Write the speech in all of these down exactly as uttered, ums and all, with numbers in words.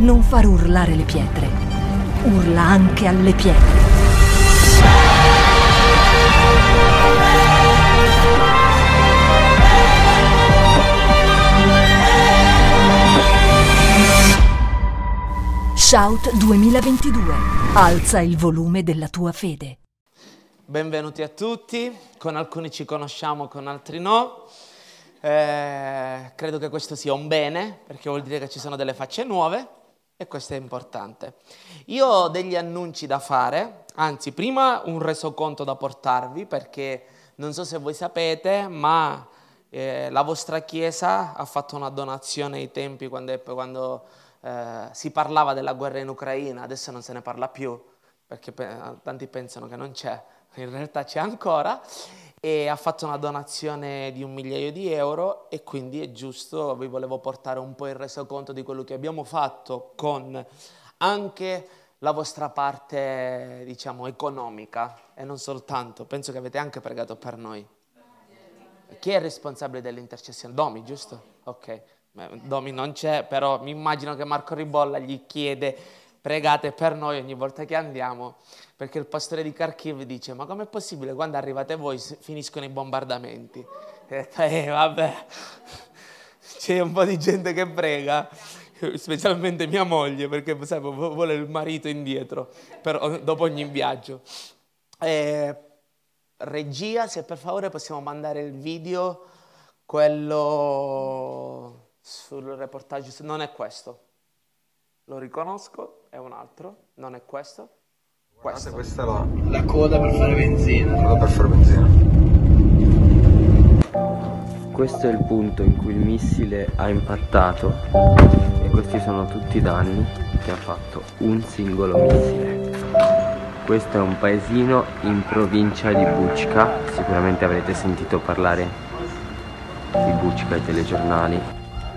non far urlare le pietre. Urla anche alle pietre. Shout duemilaventidue. Alza il volume della tua fede. Benvenuti a tutti, con alcuni ci conosciamo, con altri no. Eh, credo che questo sia un bene, perché vuol dire che ci sono delle facce nuove e questo è importante. Io ho degli annunci da fare, anzi prima un resoconto da portarvi, perché non so se voi sapete, ma eh, la vostra chiesa ha fatto una donazione ai tempi quando, quando eh, si parlava della guerra in Ucraina, adesso non se ne parla più, perché pe tanti pensano che non c'è. In realtà c'è ancora, e ha fatto una donazione di un migliaio di euro e quindi è giusto, vi volevo portare un po' il resoconto di quello che abbiamo fatto con anche la vostra parte, diciamo, economica e non soltanto. Penso che avete anche pregato per noi. Chi è responsabile dell'intercessione? Domi, giusto? Ok, Domi non c'è, però mi immagino che Marco Ribolla gli chiede: pregate per noi ogni volta che andiamo, perché il pastore di Kharkiv dice: ma com'è possibile, quando arrivate voi finiscono i bombardamenti? E eh, vabbè, c'è un po' di gente che prega, specialmente mia moglie, perché sai, vuole il marito indietro per, dopo ogni viaggio. E, regia, se per favore possiamo mandare il video, quello sul reportage, non è questo. Lo riconosco, è un altro, non è questo. Questo. Questa è la... la coda per fare benzina. La coda per fare benzina. Questo è il punto in cui il missile ha impattato e questi sono tutti i danni che ha fatto un singolo missile. Questo è un paesino in provincia di Bučka, sicuramente avrete sentito parlare di Bučka ai telegiornali.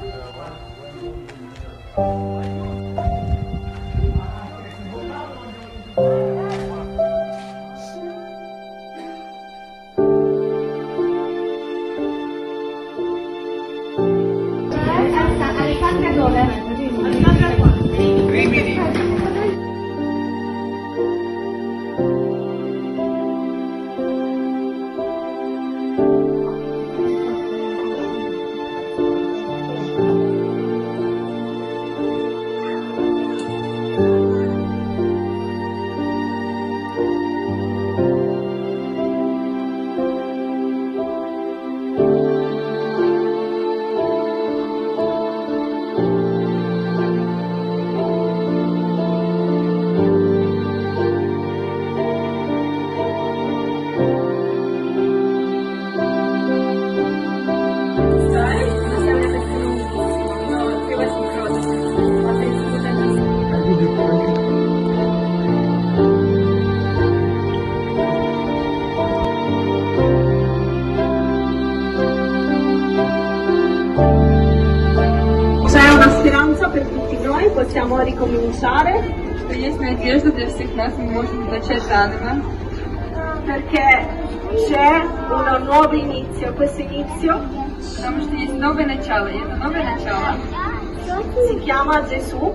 Per tutti noi, possiamo ricominciare. Есть надежда для всех нас, мы можем начать заново. Perché c'è un nuovo inizio, questo inizio Потому что есть новое начало, и это новое начало si chiama Gesù.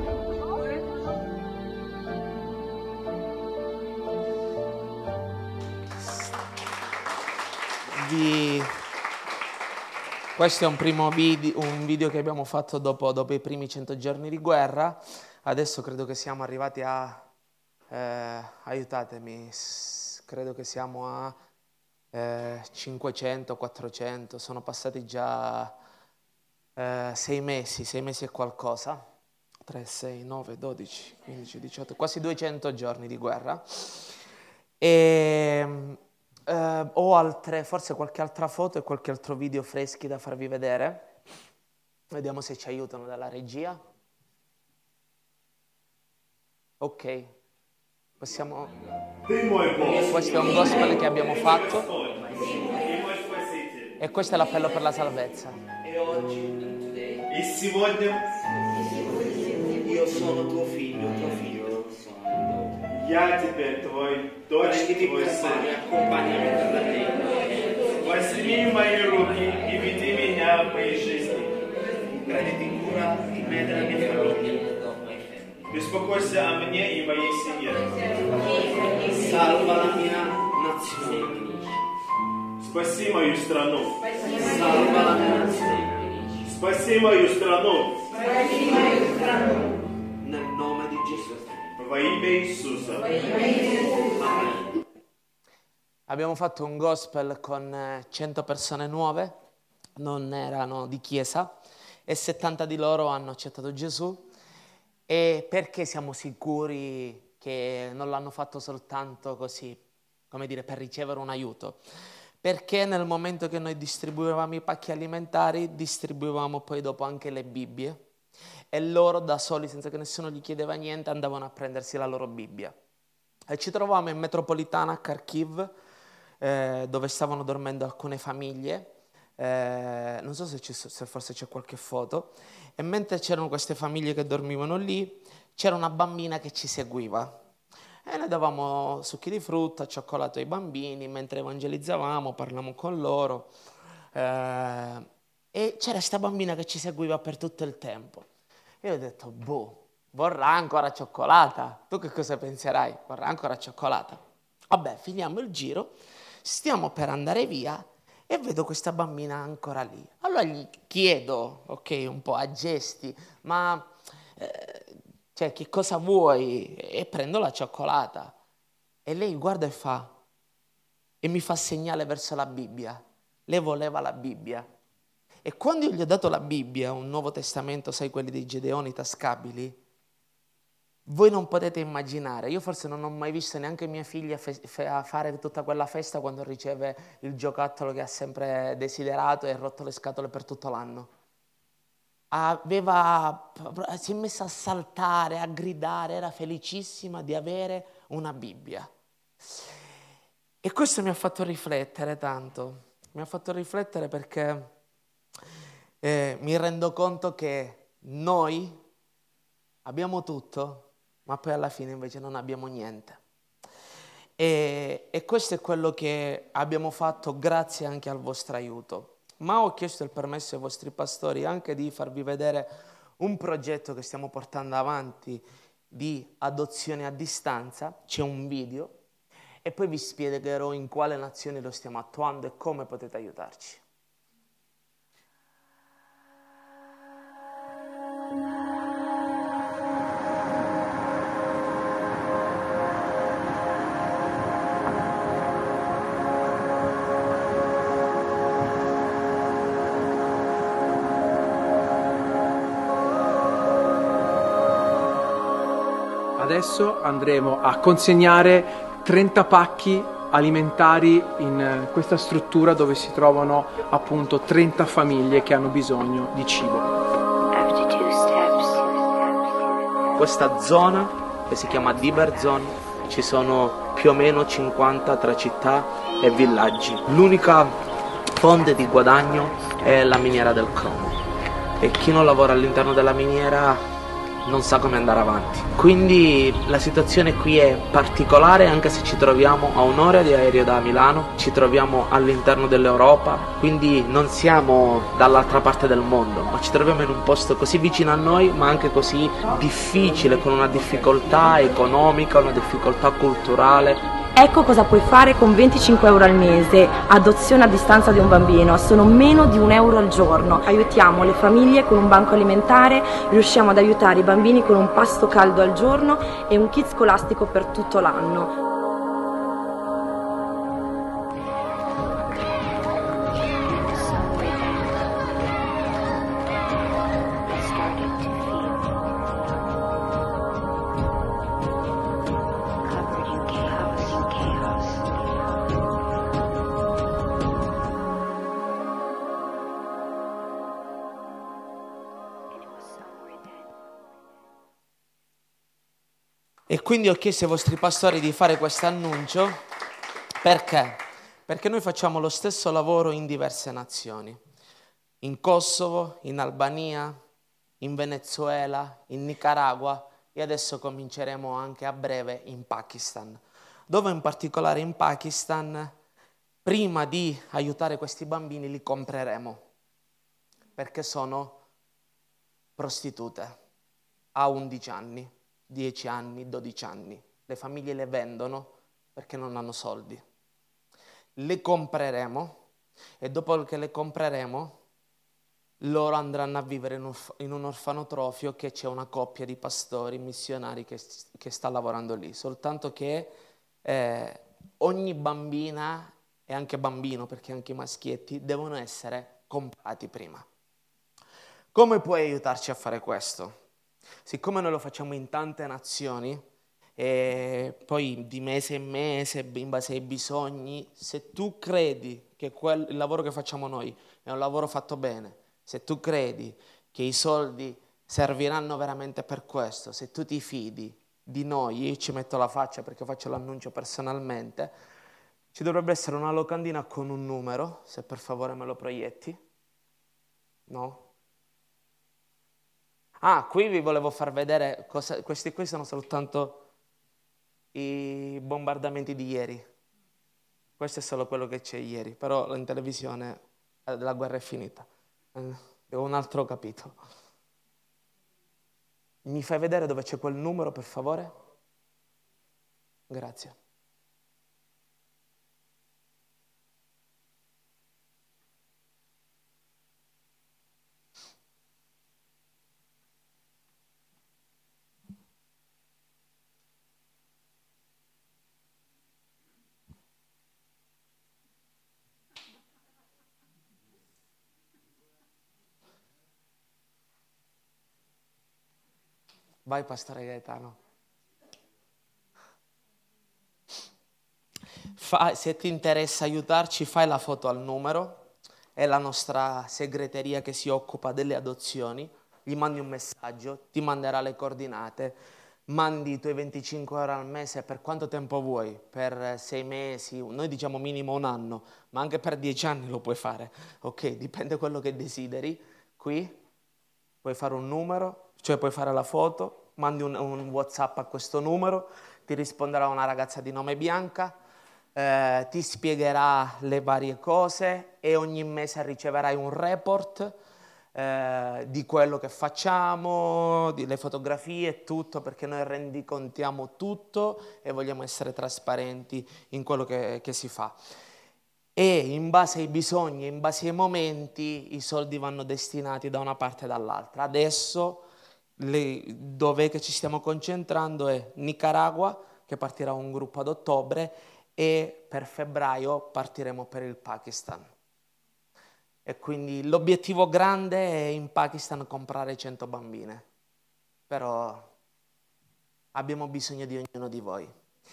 Vi... Questo è un primo video, un video che abbiamo fatto dopo, dopo i primi cento giorni di guerra. Adesso credo che siamo arrivati a, eh, aiutatemi, credo che siamo a eh, cinquecento, quattrocento, sono passati già eh, sei mesi, sei mesi e qualcosa, tre, sei, nove, dodici, quindici, diciotto, quasi duecento giorni di guerra. E... Uh, ho altre, forse qualche altra foto e qualche altro video freschi da farvi vedere. Vediamo se ci aiutano dalla regia. Ok, possiamo... Questo è un gospel che abbiamo fatto e questo è l'appello per la salvezza. Io sono tuo figlio, tuo figlio. Я теперь твой дочь, твой сын. Возьми мои руки и веди меня в моей жизни. Успокойся о мне и моей семье. Salva la mia nazione. Спаси мою страну. Salva la mia nazione. Спаси мою страну. Nel nome di Gesù. Во имя Иисуса. Amen. Abbiamo fatto un gospel con cento persone nuove, non erano di chiesa, e settanta di loro hanno accettato Gesù. E perché siamo sicuri che non l'hanno fatto soltanto così, come dire, per ricevere un aiuto? Perché nel momento che noi distribuivamo i pacchi alimentari, distribuivamo poi dopo anche le Bibbie, e loro da soli, senza che nessuno gli chiedeva niente, andavano a prendersi la loro Bibbia. E ci trovavamo in metropolitana a Kharkiv, eh, dove stavano dormendo alcune famiglie. Eh, non so se, se forse c'è qualche foto, e mentre c'erano queste famiglie che dormivano lì, c'era una bambina che ci seguiva e noi davamo succhi di frutta, cioccolato ai bambini mentre evangelizzavamo, parlavamo con loro, eh, e c'era questa bambina che ci seguiva per tutto il tempo. Io ho detto, boh, vorrà ancora cioccolata? Tu che cosa penserai? Vorrà ancora cioccolata? Vabbè, finiamo il giro, stiamo per andare via e vedo questa bambina ancora lì. Allora gli chiedo, ok, un po' a gesti, ma eh, cioè, che cosa vuoi? E prendo la cioccolata. E lei guarda e fa, e mi fa segnale verso la Bibbia. Lei voleva la Bibbia. E quando io gli ho dato la Bibbia, un Nuovo Testamento, sai, quelli dei Gedeoni tascabili, voi non potete immaginare, io forse non ho mai visto neanche mia figlia fe- fe- a fare tutta quella festa quando riceve il giocattolo che ha sempre desiderato e ha rotto le scatole per tutto l'anno. Aveva, si è messa a saltare, a gridare, era felicissima di avere una Bibbia. E questo mi ha fatto riflettere tanto, mi ha fatto riflettere perché eh, mi rendo conto che noi abbiamo tutto, ma poi alla fine invece non abbiamo niente. E, e questo è quello che abbiamo fatto grazie anche al vostro aiuto. Ma ho chiesto il permesso ai vostri pastori anche di farvi vedere un progetto che stiamo portando avanti di adozione a distanza. C'è un video e poi vi spiegherò in quale nazione lo stiamo attuando e come potete aiutarci. Adesso andremo a consegnare trenta pacchi alimentari in questa struttura dove si trovano appunto trenta famiglie che hanno bisogno di cibo. Questa zona, che si chiama Diber Zone, ci sono più o meno cinquanta tra città e villaggi. L'unica fonte di guadagno è la miniera del cromo e chi non lavora all'interno della miniera non sa come andare avanti. Quindi la situazione qui è particolare, anche se ci troviamo a un'ora di aereo da Milano, ci troviamo all'interno dell'Europa, quindi non siamo dall'altra parte del mondo, ma ci troviamo in un posto così vicino a noi, ma anche così difficile, con una difficoltà economica, una difficoltà culturale. Ecco cosa puoi fare con venticinque euro al mese, adozione a distanza di un bambino, sono meno di un euro al giorno. Aiutiamo le famiglie con un banco alimentare, riusciamo ad aiutare i bambini con un pasto caldo al giorno e un kit scolastico per tutto l'anno. E quindi ho chiesto ai vostri pastori di fare questo annuncio. Perché? Perché noi facciamo lo stesso lavoro in diverse nazioni. In Kosovo, in Albania, in Venezuela, in Nicaragua e adesso cominceremo anche a breve in Pakistan. Dove in particolare in Pakistan, prima di aiutare questi bambini, li compreremo. Perché sono prostitute a undici anni. dieci anni, dodici anni. Le famiglie le vendono perché non hanno soldi. Le compreremo e dopo che le compreremo loro andranno a vivere in un, in un orfanotrofio che c'è una coppia di pastori missionari che, che sta lavorando lì, soltanto che eh, ogni bambina e anche bambino, perché anche i maschietti, devono essere comprati prima. Come puoi aiutarci a fare questo? Siccome noi lo facciamo in tante nazioni, e poi di mese in mese, in base ai bisogni, se tu credi che quel, il lavoro che facciamo noi è un lavoro fatto bene, se tu credi che i soldi serviranno veramente per questo, se tu ti fidi di noi, io ci metto la faccia perché faccio l'annuncio personalmente, ci dovrebbe essere una locandina con un numero, se per favore me lo proietti. No? Ah, qui vi volevo far vedere, cosa, questi qui sono soltanto i bombardamenti di ieri. Questo è solo quello che c'è ieri, però in televisione eh, la guerra è finita. Eh, è un altro capitolo. Mi fai vedere dove c'è quel numero, per favore? Grazie. Vai, Pastore Gaetano. Fa, se ti interessa aiutarci, fai la foto al numero. È la nostra segreteria che si occupa delle adozioni. Gli mandi un messaggio, ti manderà le coordinate. Mandi i tuoi venticinque euro al mese per quanto tempo vuoi? Per sei mesi, noi diciamo minimo un anno, ma anche per dieci anni lo puoi fare. Ok, dipende quello che desideri. Qui puoi fare un numero, cioè puoi fare la foto, mandi un, un WhatsApp a questo numero, ti risponderà una ragazza di nome Bianca, eh, ti spiegherà le varie cose e ogni mese riceverai un report eh, di quello che facciamo, delle fotografie e tutto, perché noi rendicontiamo tutto e vogliamo essere trasparenti in quello che, che si fa. E in base ai bisogni, in base ai momenti, i soldi vanno destinati da una parte e dall'altra. Adesso le, dove che ci stiamo concentrando è Nicaragua, che partirà un gruppo ad ottobre, e per febbraio partiremo per il Pakistan. E quindi l'obiettivo grande è in Pakistan comprare cento bambine, però abbiamo bisogno di ognuno di voi.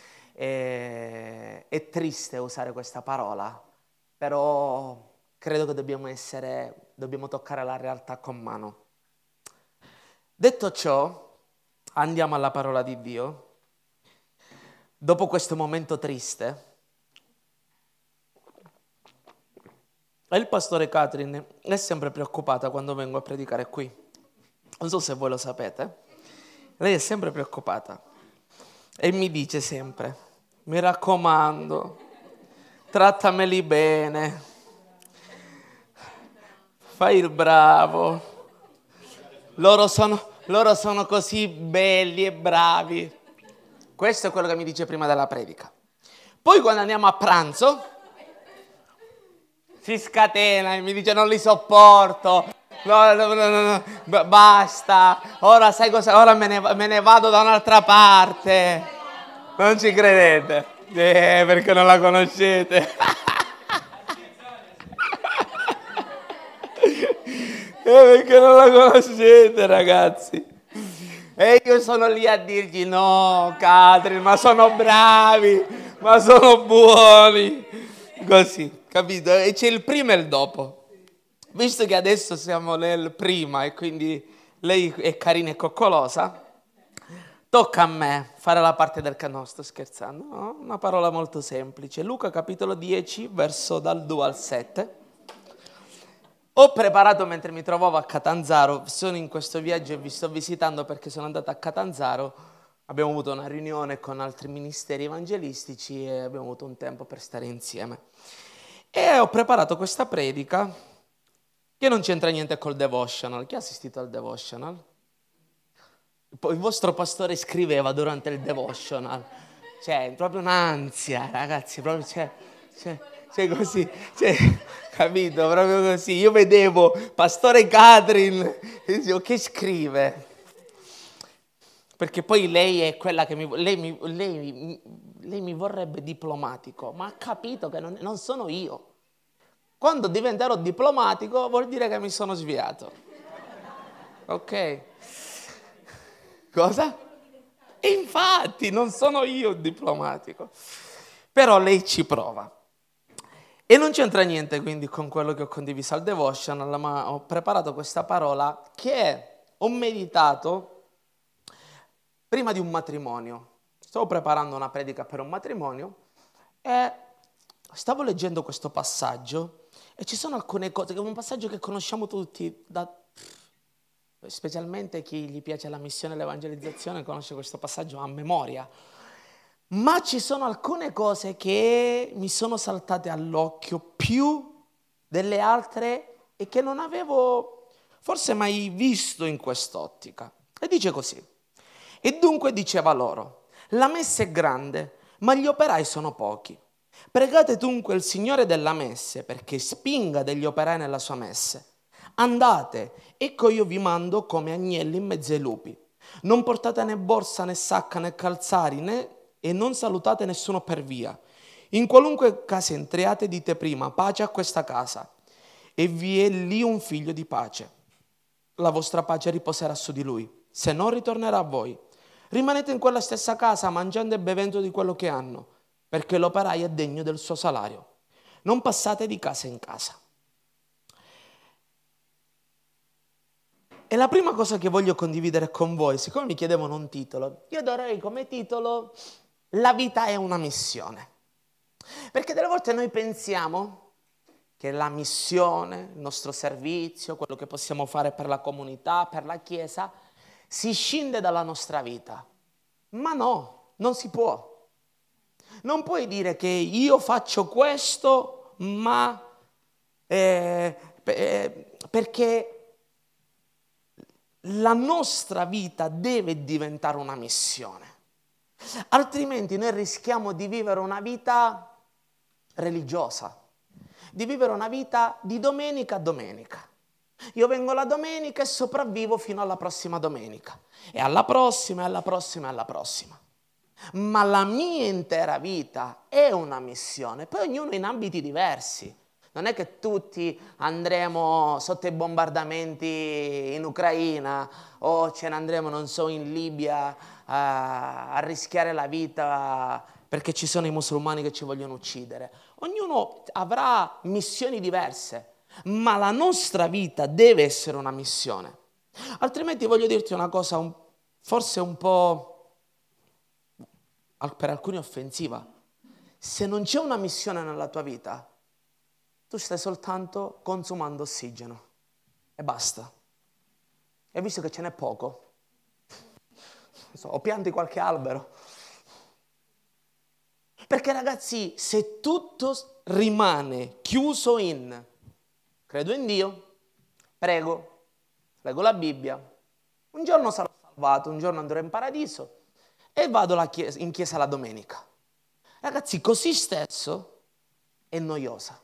E, è triste usare questa parola, però credo che dobbiamo essere, dobbiamo toccare la realtà con mano. Detto ciò, andiamo alla parola di Dio. Dopo questo momento triste, il pastore Catherine è sempre preoccupata quando vengo a predicare qui. Non so se voi lo sapete, lei è sempre preoccupata e mi dice sempre: mi raccomando, trattameli bene, fai il bravo, loro sono, loro sono così belli e bravi. Questo è quello che mi dice prima della predica. Poi quando andiamo a pranzo si scatena e mi dice: non li sopporto, no, no, no, no, no, basta, ora sai cosa, ora me ne, me ne vado da un'altra parte. Non ci credete? Eh, perché non la conoscete. Eh, perché non la conoscete, ragazzi. E io sono lì a dirgli: no, Catherine, ma sono bravi, ma sono buoni. Così, capito? E c'è il prima e il dopo. Visto che adesso siamo nel prima e quindi lei è carina e coccolosa, tocca a me fare la parte del canone. Sto scherzando, no? Una parola molto semplice. Luca capitolo dieci, verso dal due al sette. Ho preparato mentre mi trovavo a Catanzaro, sono in questo viaggio e vi sto visitando perché sono andato a Catanzaro, abbiamo avuto una riunione con altri ministeri evangelistici e abbiamo avuto un tempo per stare insieme. E ho preparato questa predica che non c'entra niente col devotional. Chi ha assistito al devotional? il vostro pastore scriveva durante il devotional. Cioè, proprio un'ansia, ragazzi, proprio, cioè, cioè, cioè così, cioè, capito, proprio così. Io vedevo Pastore Catherine e dicevo, che scrive? Perché poi lei è quella che mi, lei mi, lei, lei mi vorrebbe diplomatico, ma ha capito che non, non sono io. Quando diventerò diplomatico vuol dire che mi sono sviato. Ok? Cosa? E infatti non sono io il diplomatico. Però lei ci prova. E non c'entra niente quindi con quello che ho condiviso al devotional, ma ho preparato questa parola che ho meditato prima di un matrimonio. Stavo preparando una predica per un matrimonio e stavo leggendo questo passaggio e ci sono alcune cose, che è un passaggio che conosciamo tutti, da, specialmente chi gli piace la missione e l'evangelizzazione conosce questo passaggio a memoria. Ma ci sono alcune cose che mi sono saltate all'occhio più delle altre e che non avevo forse mai visto in quest'ottica. E dice così: e dunque diceva loro, la messe è grande, ma gli operai sono pochi. Pregate dunque il Signore della messe perché spinga degli operai nella sua messe. Andate, ecco io vi mando come agnelli in mezzo ai lupi. Non portate né borsa né sacca né calzari né, e non salutate nessuno per via. In qualunque casa entriate dite prima pace a questa casa e vi è lì un figlio di pace. La vostra pace riposerà su di lui, se non ritornerà a voi. Rimanete in quella stessa casa mangiando e bevendo di quello che hanno, perché l'operaio è degno del suo salario. Non passate di casa in casa. E la prima cosa che voglio condividere con voi, siccome mi chiedevano un titolo, io darei come titolo La vita è una missione. Perché delle volte noi pensiamo che la missione, il nostro servizio, quello che possiamo fare per la comunità, per la Chiesa, si scinde dalla nostra vita. Ma no, non si può. Non puoi dire che io faccio questo, ma eh, eh, perché la nostra vita deve diventare una missione. Altrimenti noi rischiamo di vivere una vita religiosa, di vivere una vita di domenica a domenica. Io vengo la domenica e sopravvivo fino alla prossima domenica. E alla prossima, e alla prossima, e alla prossima. Ma la mia intera vita è una missione, poi ognuno in ambiti diversi. Non è che tutti andremo sotto i bombardamenti in Ucraina o ce ne andremo, non so, in Libia a, a rischiare la vita perché ci sono i musulmani che ci vogliono uccidere. Ognuno avrà missioni diverse, ma la nostra vita deve essere una missione. Altrimenti voglio dirti una cosa un, forse un po' per alcuni offensiva. Se non c'è una missione nella tua vita, tu stai soltanto consumando ossigeno e basta. E visto che ce n'è poco, non so, o pianti qualche albero. Perché ragazzi, se tutto rimane chiuso in credo in Dio, prego, leggo la Bibbia, un giorno sarò salvato, un giorno andrò in paradiso e vado alla chiesa, in chiesa la domenica. Ragazzi, così stesso è noiosa.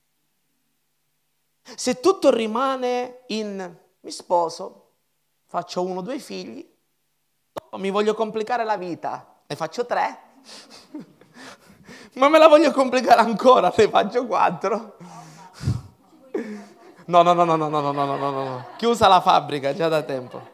Se tutto rimane in mi sposo, faccio uno o due figli, dopo mi voglio complicare la vita, ne faccio tre, ma me la voglio complicare ancora, ne faccio quattro. No, no, no, no, no, no, no, no, no, no, chiusa la fabbrica già da tempo.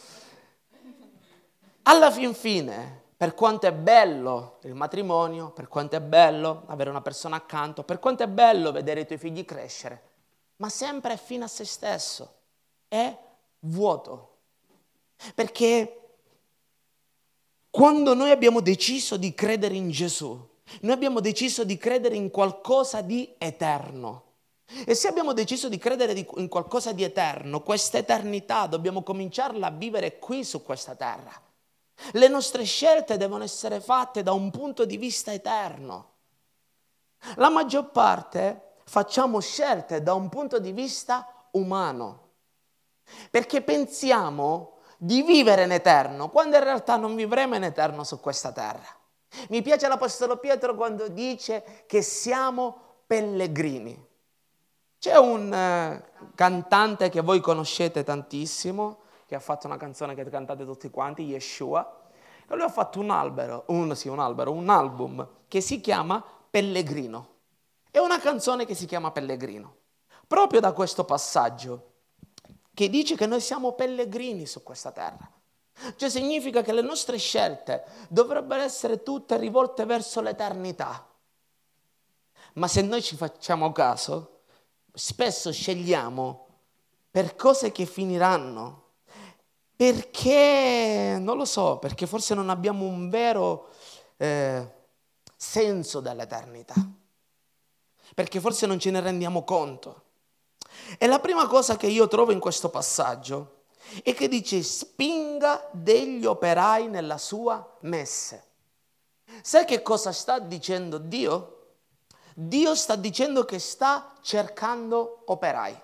Alla fin fine, per quanto è bello il matrimonio, per quanto è bello avere una persona accanto, per quanto è bello vedere i tuoi figli crescere, ma sempre è fine a se stesso, è vuoto. Perché quando noi abbiamo deciso di credere in Gesù, noi abbiamo deciso di credere in qualcosa di eterno. E se abbiamo deciso di credere in qualcosa di eterno, questa eternità dobbiamo cominciarla a vivere qui su questa terra. Le nostre scelte devono essere fatte da un punto di vista eterno. La maggior parte facciamo scelte da un punto di vista umano, perché pensiamo di vivere in eterno, quando in realtà non vivremo in eterno su questa terra. Mi piace l'Apostolo Pietro quando dice che siamo pellegrini. C'è un eh, cantante che voi conoscete tantissimo, che ha fatto una canzone che cantate tutti quanti, Yeshua, e lui ha fatto un albero, un, sì, un albero, un album che si chiama Pellegrino. È una canzone che si chiama Pellegrino, proprio da questo passaggio, che dice che noi siamo pellegrini su questa terra. Cioè significa che le nostre scelte dovrebbero essere tutte rivolte verso l'eternità. Ma se noi ci facciamo caso, spesso scegliamo per cose che finiranno, perché, non lo so, perché forse non abbiamo un vero eh, senso dell'eternità, perché forse non ce ne rendiamo conto. E la prima cosa che io trovo in questo passaggio è che dice spinga degli operai nella sua messe. Sai che cosa sta dicendo Dio? Dio sta dicendo che sta cercando operai.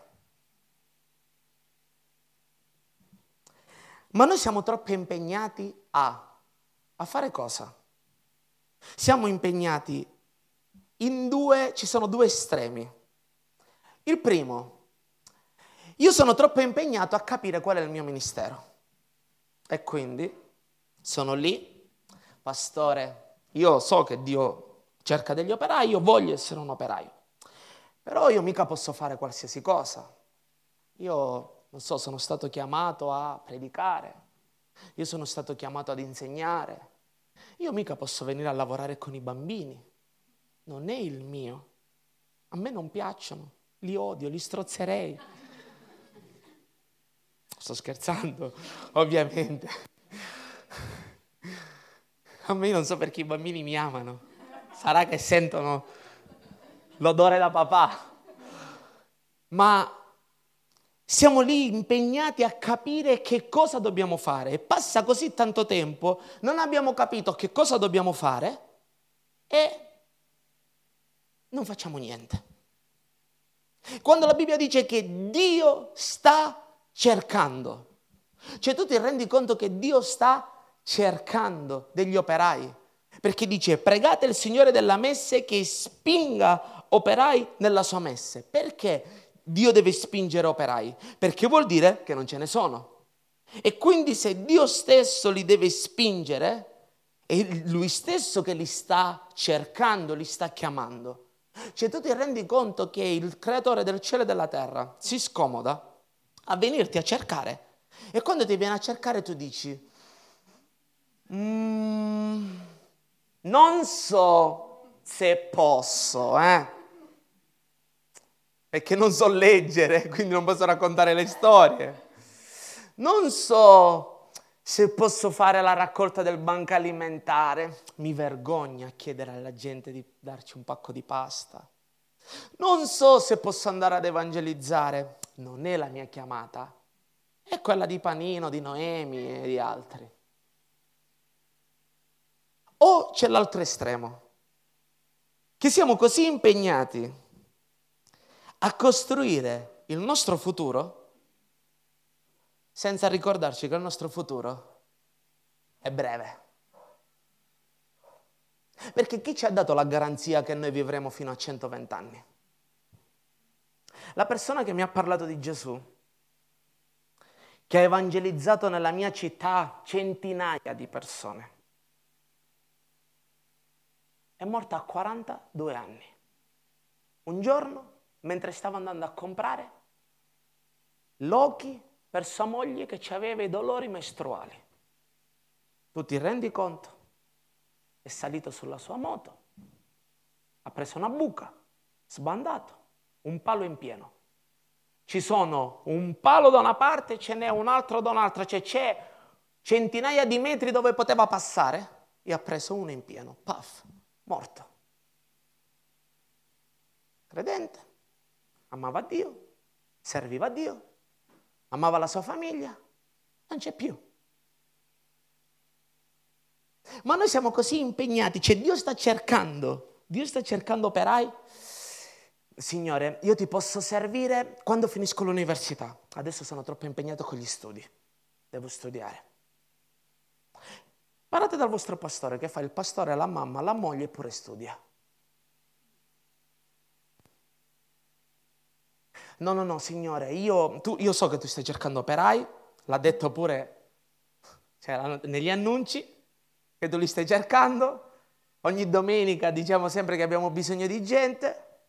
Ma noi siamo troppo impegnati a, a fare cosa? Siamo impegnati in due, ci sono due estremi. Il primo, io sono troppo impegnato a capire qual è il mio ministero. E quindi sono lì, pastore, io so che Dio cerca degli operai, io voglio essere un operaio. Però io mica posso fare qualsiasi cosa. Io, non so, sono stato chiamato a predicare, io sono stato chiamato ad insegnare. Io mica posso venire a lavorare con i bambini. Non è il mio. A me non piacciono, li odio, li strozzerei. Sto scherzando, ovviamente. A me non so perché i bambini mi amano. Sarà che sentono l'odore da papà. Ma siamo lì impegnati a capire che cosa dobbiamo fare. E passa così tanto tempo, non abbiamo capito che cosa dobbiamo fare e non facciamo niente. Quando la Bibbia dice che Dio sta cercando, cioè tu ti rendi conto che Dio sta cercando degli operai, perché dice pregate il Signore della messe che spinga operai nella sua messe. Perché Dio deve spingere operai? Perché vuol dire che non ce ne sono. E quindi se Dio stesso li deve spingere, è Lui stesso che li sta cercando, li sta chiamando. Cioè tu ti rendi conto che il creatore del cielo e della terra si scomoda a venirti a cercare. E quando ti viene a cercare tu dici mm, non so se posso, eh? Perché non so leggere, quindi non posso raccontare le storie. Non so se posso fare la raccolta del banco alimentare. Mi vergogno a chiedere alla gente di darci un pacco di pasta. Non so se posso andare ad evangelizzare. Non è la mia chiamata. È quella di Panino, di Noemi e di altri. O c'è l'altro estremo, che siamo così impegnati a costruire il nostro futuro senza ricordarci che il nostro futuro è breve. Perché chi ci ha dato la garanzia che noi vivremo fino a centoventi anni? La persona che mi ha parlato di Gesù, che ha evangelizzato nella mia città centinaia di persone, è morta a quarantadue anni. Un giorno, mentre stava andando a comprare l'occhi per sua moglie che aveva i dolori mestruali. Tu ti rendi conto? È salito sulla sua moto, ha preso una buca, sbandato, un palo in pieno. Ci sono un palo da una parte e ce n'è un altro da un'altra, cioè c'è centinaia di metri dove poteva passare e ha preso uno in pieno, paf, morto. Credente, amava Dio, serviva a Dio, amava la sua famiglia, non c'è più. Ma noi siamo così impegnati, cioè Dio sta cercando, Dio sta cercando operai. Signore, io ti posso servire quando finisco l'università, adesso sono troppo impegnato con gli studi. devo studiare. Parlate dal vostro pastore, che fa il pastore, la mamma, la moglie pure studia. No, no, no, signore, io, tu, io so che tu stai cercando operai, l'ha detto pure, cioè, negli annunci, che tu li stai cercando. Ogni domenica diciamo sempre che abbiamo bisogno di gente,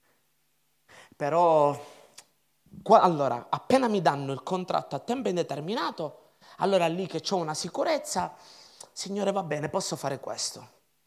però, qua, allora, appena mi danno il contratto a tempo indeterminato, allora lì che ho una sicurezza, signore va bene, posso fare questo.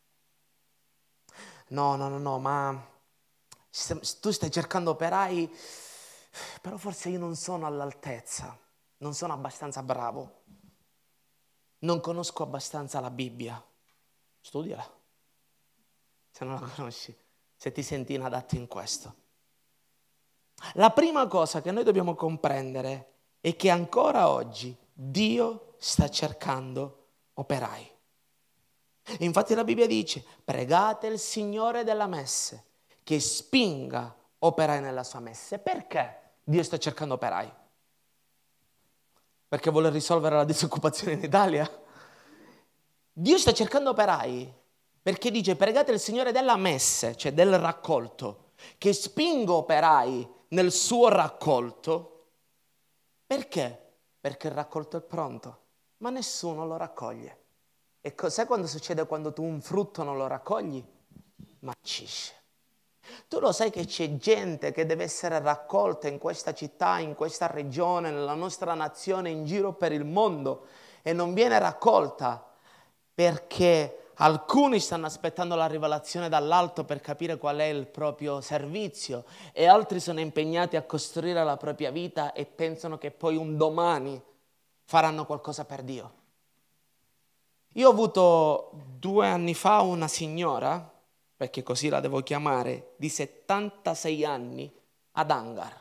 No, no, no, no, ma tu stai cercando operai, però forse io non sono all'altezza, non sono abbastanza bravo, non conosco abbastanza la Bibbia. Studiala, se non la conosci, se ti senti inadatto in questo. La prima cosa che noi dobbiamo comprendere è che ancora oggi Dio sta cercando operai. E infatti la Bibbia dice, pregate il Signore della messe che spinga operai nella sua messe. Perché Dio sta cercando operai? Perché vuole risolvere la disoccupazione in Italia? Dio sta cercando operai perché dice pregate il Signore della messe, cioè del raccolto, che spinga operai nel suo raccolto. Perché? Perché il raccolto è pronto, ma nessuno lo raccoglie. E cos'è quando succede quando tu un frutto non lo raccogli? Marcisce. Tu lo sai che c'è gente che deve essere raccolta in questa città, in questa regione, nella nostra nazione, in giro per il mondo e non viene raccolta perché alcuni stanno aspettando la rivelazione dall'alto per capire qual è il proprio servizio e altri sono impegnati a costruire la propria vita e pensano che poi un domani faranno qualcosa per Dio. Io ho avuto due anni fa una signora, perché così la devo chiamare, di settantasei anni ad Angar.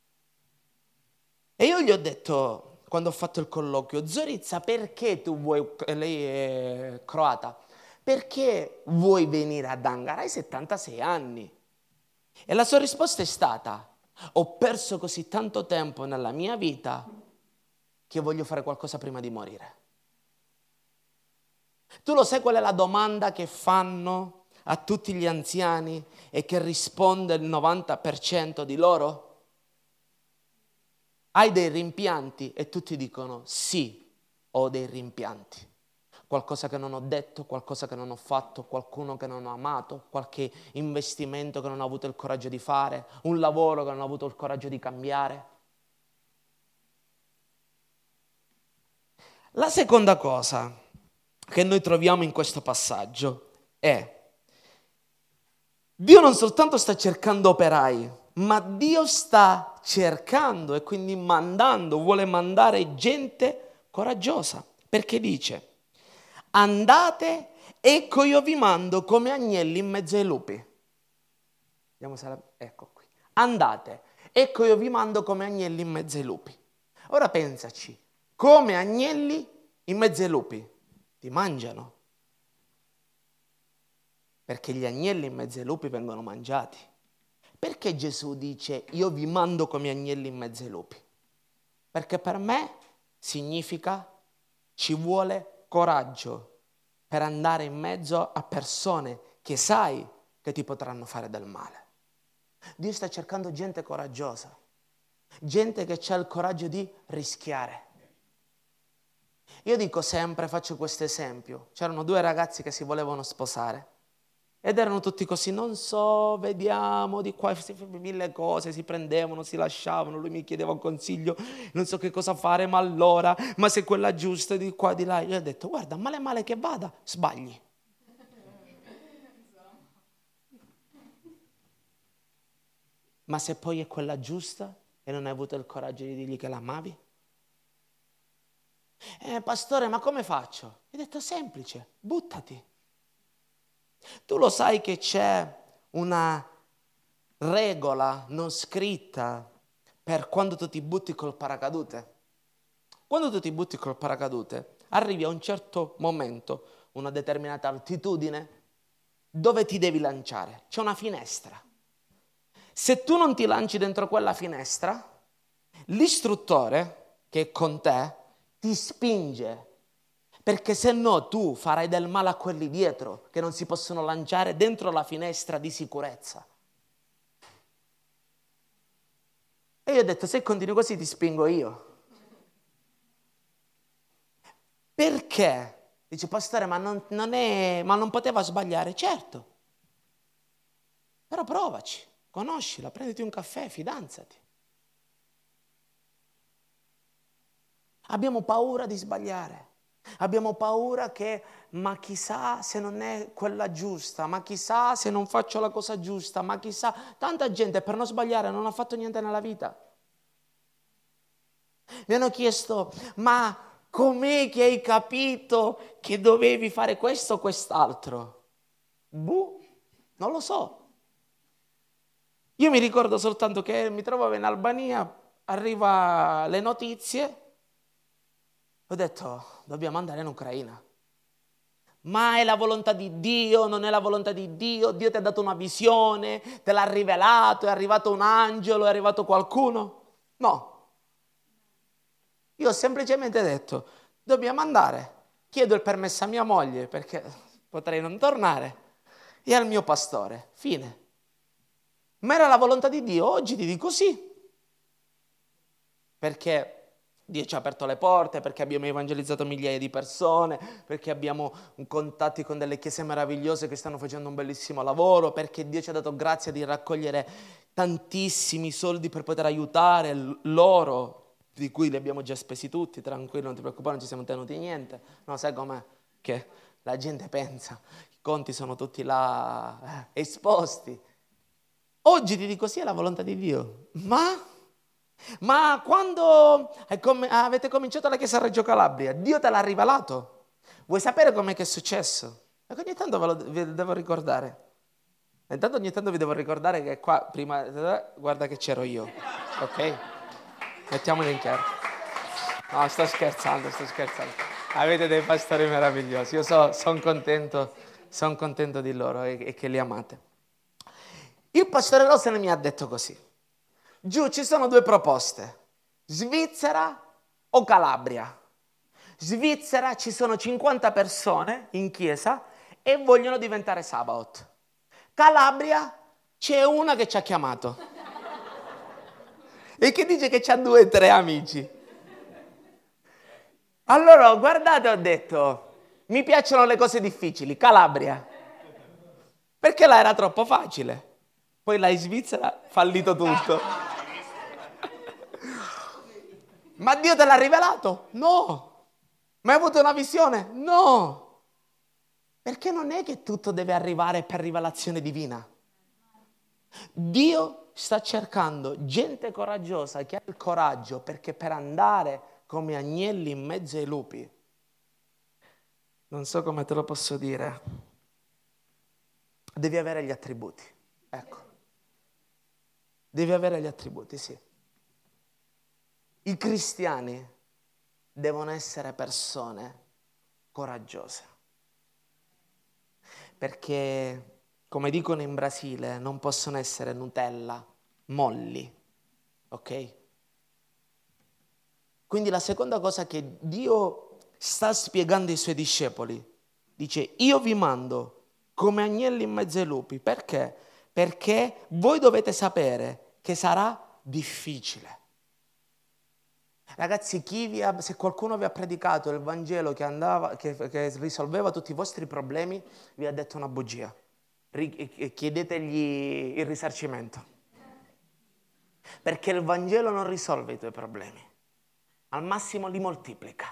E io gli ho detto, quando ho fatto il colloquio, Zorizza, perché tu vuoi, lei è croata, perché vuoi venire ad Angar? Hai settantasei anni. E la sua risposta è stata, ho perso così tanto tempo nella mia vita che voglio fare qualcosa prima di morire. Tu lo sai qual è la domanda che fanno a tutti gli anziani e che risponde il novanta per cento di loro? Hai dei rimpianti? E tutti dicono sì, ho dei rimpianti. Qualcosa che non ho detto, qualcosa che non ho fatto, qualcuno che non ho amato, qualche investimento che non ho avuto il coraggio di fare, un lavoro che non ho avuto il coraggio di cambiare. La seconda cosa che noi troviamo in questo passaggio è Dio non soltanto sta cercando operai, ma Dio sta cercando e quindi mandando, vuole mandare gente coraggiosa, perché dice andate, ecco io vi mando come agnelli in mezzo ai lupi. Vediamo se la... Ecco qui. Andate, ecco io vi mando come agnelli in mezzo ai lupi. Ora pensaci, come agnelli in mezzo ai lupi. Ti mangiano, perché gli agnelli in mezzo ai lupi vengono mangiati. Perché Gesù dice io vi mando come agnelli in mezzo ai lupi? Perché per me significa ci vuole coraggio per andare in mezzo a persone che sai che ti potranno fare del male. Dio sta cercando gente coraggiosa, gente che ha il coraggio di rischiare. Io dico sempre, faccio questo esempio, c'erano due ragazzi che si volevano sposare ed erano tutti così, non so, vediamo, di qua, mille cose, si prendevano, si lasciavano, lui mi chiedeva un consiglio, non so che cosa fare, ma allora, ma se quella giusta, di qua, di là, io ho detto, guarda, male male che vada, sbagli. Ma se poi è quella giusta e non hai avuto il coraggio di dirgli che l'amavi? Eh, pastore, ma come faccio? Gli ho detto semplice, buttati. Tu lo sai che c'è una regola non scritta per quando tu ti butti col paracadute? Quando tu ti butti col paracadute, arrivi a un certo momento, una determinata altitudine, dove ti devi lanciare? C'è una finestra. Se tu non ti lanci dentro quella finestra, l'istruttore che è con te ti spinge, perché se no tu farai del male a quelli dietro che non si possono lanciare dentro la finestra di sicurezza. E io ho detto, se continui così ti spingo io. Perché? Dice, pastore, ma non, non è, ma non poteva sbagliare? Certo. Però provaci, conoscila, prenditi un caffè, fidanzati. Abbiamo paura di sbagliare. Abbiamo paura che, ma chissà se non è quella giusta, ma chissà se non faccio la cosa giusta, ma chissà. Tanta gente per non sbagliare non ha fatto niente nella vita. Mi hanno chiesto, ma com'è che hai capito che dovevi fare questo o quest'altro? Boh, non lo so. Io mi ricordo soltanto che mi trovavo in Albania, arriva le notizie, ho detto, dobbiamo andare in Ucraina. Ma è la volontà di Dio, non è la volontà di Dio? Dio ti ha dato una visione, te l'ha rivelato, è arrivato un angelo, è arrivato qualcuno? No. Io ho semplicemente detto, dobbiamo andare. Chiedo il permesso a mia moglie, perché potrei non tornare, e al mio pastore. Fine. Ma era la volontà di Dio? Oggi ti dico sì. Perché Dio ci ha aperto le porte, perché abbiamo evangelizzato migliaia di persone, perché abbiamo contatti con delle chiese meravigliose che stanno facendo un bellissimo lavoro, perché Dio ci ha dato grazia di raccogliere tantissimi soldi per poter aiutare loro, di cui li abbiamo già spesi tutti, tranquillo, non ti preoccupare, non ci siamo tenuti niente. No, sai com'è? Che la gente pensa, i conti sono tutti là eh, esposti. Oggi ti dico sì, è la volontà di Dio, ma... Ma quando avete cominciato la chiesa a Reggio Calabria, Dio te l'ha rivelato? Vuoi sapere com'è che è successo? Perché ogni tanto ve lo vi devo ricordare. Intanto ogni tanto vi devo ricordare che qua, prima, guarda che c'ero io, ok? Mettiamolo in chiaro. No, sto scherzando, sto scherzando. Avete dei pastori meravigliosi, io so, sono contento, sono contento di loro e, e che li amate. Il pastore Rosen mi ha detto così. Giù ci sono due proposte, Svizzera o Calabria. Svizzera ci sono cinquanta persone in chiesa e vogliono diventare Sabaoth. Calabria c'è una che ci ha chiamato e che dice che c'ha due o tre amici. Allora guardate, ho detto, mi piacciono le cose difficili, Calabria, perché là era troppo facile. Poi là in Svizzera fallito tutto. Ma Dio te l'ha rivelato? No. Ma hai avuto una visione? No. Perché non è che tutto deve arrivare per rivelazione divina. Dio sta cercando gente coraggiosa che ha il coraggio, perché per andare come agnelli in mezzo ai lupi, non so come te lo posso dire, devi avere gli attributi. Ecco. Devi avere gli attributi, sì. I cristiani devono essere persone coraggiose, perché, come dicono in Brasile, non possono essere Nutella, molli, ok? Quindi la seconda cosa che Dio sta spiegando ai suoi discepoli, dice, io vi mando come agnelli in mezzo ai lupi, perché? Perché voi dovete sapere che sarà difficile. Ragazzi, chi vi ha, se qualcuno vi ha predicato il Vangelo che, andava, che, che risolveva tutti i vostri problemi, vi ha detto una bugia. Chiedetegli il risarcimento. Perché il Vangelo non risolve i tuoi problemi. Al massimo li moltiplica.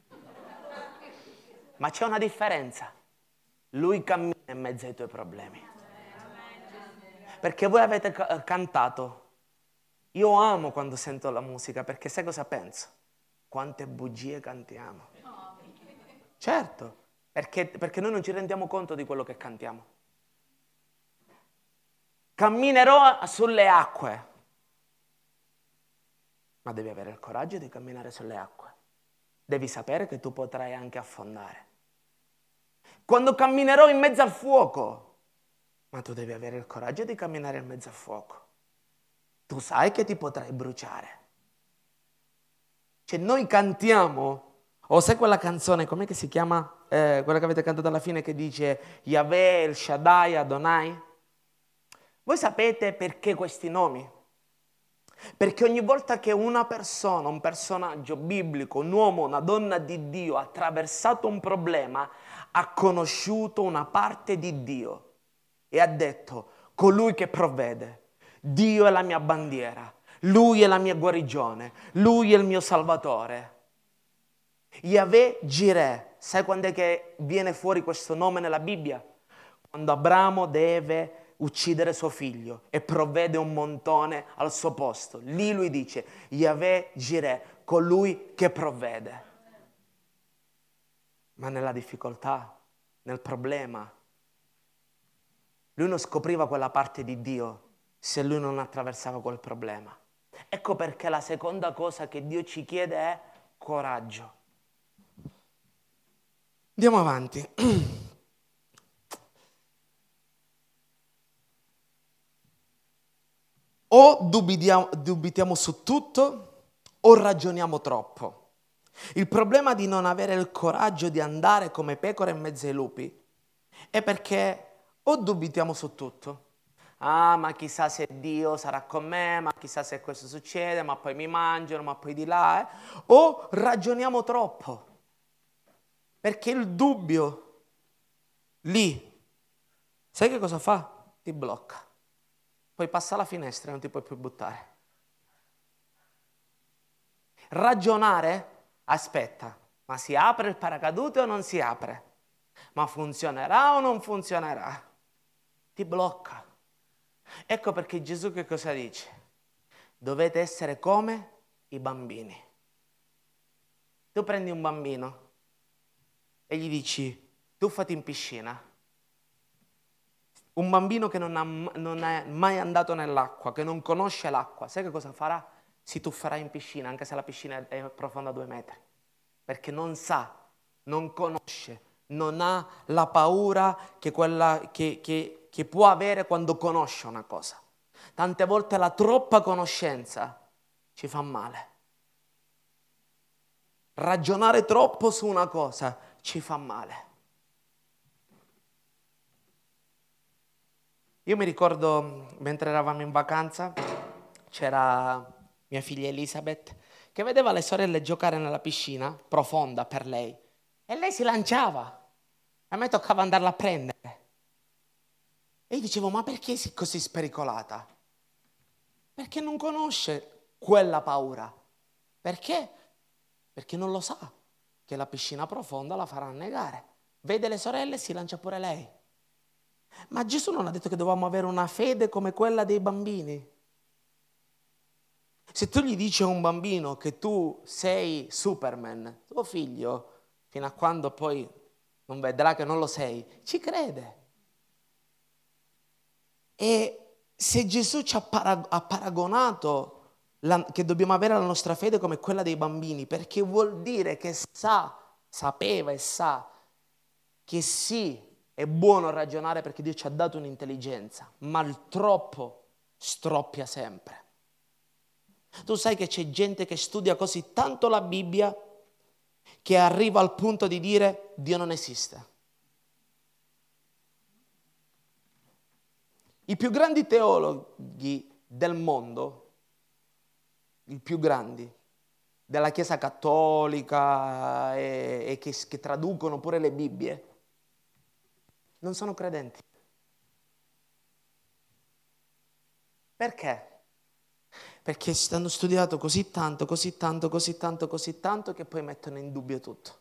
Ma c'è una differenza. Lui cammina in mezzo ai tuoi problemi. Perché voi avete cantato. Io amo quando sento la musica, perché sai cosa penso? Quante bugie cantiamo. Certo, perché, perché noi non ci rendiamo conto di quello che cantiamo. Camminerò sulle acque. Ma devi avere il coraggio di camminare sulle acque. Devi sapere che tu potrai anche affondare. Quando camminerò in mezzo al fuoco. Ma tu devi avere il coraggio di camminare in mezzo al fuoco. Tu sai che ti potrai bruciare. Cioè noi cantiamo O sai quella canzone, com'è che si chiama? Eh, quella che avete cantato alla fine che dice Yahweh, El Shaddai, Adonai? Voi sapete perché questi nomi? Perché ogni volta che una persona, un personaggio biblico, un uomo, una donna di Dio ha attraversato un problema, ha conosciuto una parte di Dio e ha detto, colui che provvede, Dio è la mia bandiera, Lui è la mia guarigione, Lui è il mio Salvatore. Yahweh Jireh, sai quando è che viene fuori questo nome nella Bibbia? Quando Abramo deve uccidere suo figlio e provvede un montone al suo posto. Lì lui dice, Yahweh Jireh, colui che provvede. Ma nella difficoltà, nel problema, lui non scopriva quella parte di Dio se lui non attraversava quel problema. Ecco perché la seconda cosa che Dio ci chiede è coraggio. Andiamo avanti. O dubitiamo, dubitiamo su tutto o ragioniamo troppo. Il problema di non avere il coraggio di andare come pecore in mezzo ai lupi è perché o dubitiamo su tutto. Ah, ma chissà se Dio sarà con me, ma chissà se questo succede, ma poi mi mangiano, ma poi di là. Eh? O ragioniamo troppo. Perché il dubbio lì, sai che cosa fa? Ti blocca. Poi passa la finestra e non ti puoi più buttare. Ragionare, aspetta, ma si apre il paracadute o non si apre? Ma funzionerà o non funzionerà? Ti blocca. Ecco perché Gesù che cosa dice? Dovete essere come i bambini. Tu prendi un bambino e gli dici, tuffati in piscina. Un bambino che non, ha, non è mai andato nell'acqua, che non conosce l'acqua, sai che cosa farà? Si tufferà in piscina, anche se la piscina è profonda due metri. Perché non sa, non conosce, non ha la paura che, quella, che, che, che può avere quando conosce una cosa. Tante volte la troppa conoscenza ci fa male. Ragionare troppo su una cosa ci fa male. Io mi ricordo, mentre eravamo in vacanza, c'era mia figlia Elisabeth, che vedeva le sorelle giocare nella piscina, profonda per lei, e lei si lanciava. A me toccava andarla a prendere. E io dicevo, ma perché è così spericolata? Perché non conosce quella paura. Perché? Perché non lo sa che la piscina profonda la farà annegare. Vede le sorelle e si lancia pure lei. Ma Gesù non ha detto che dovevamo avere una fede come quella dei bambini. Se tu gli dici a un bambino che tu sei Superman, tuo figlio, fino a quando poi non vedrà che non lo sei, ci crede. E se Gesù ci ha, parag- ha paragonato la, che dobbiamo avere la nostra fede come quella dei bambini, perché vuol dire che sa, sapeva e sa che sì, è buono ragionare perché Dio ci ha dato un'intelligenza, ma il troppo stroppia sempre. Tu sai che c'è gente che studia così tanto la Bibbia che arriva al punto di dire Dio non esiste. I più grandi teologhi del mondo, i più grandi, della Chiesa Cattolica e, e che, che traducono pure le Bibbie, non sono credenti. Perché? Perché hanno studiato così tanto, così tanto, così tanto, così tanto che poi mettono in dubbio tutto.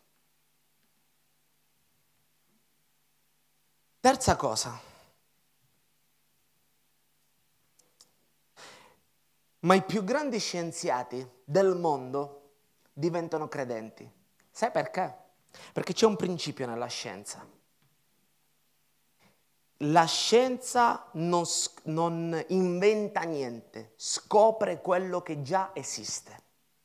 Terza cosa. Ma i più grandi scienziati del mondo diventano credenti. Sai perché? Perché c'è un principio nella scienza. La scienza non, non inventa niente, scopre quello che già esiste.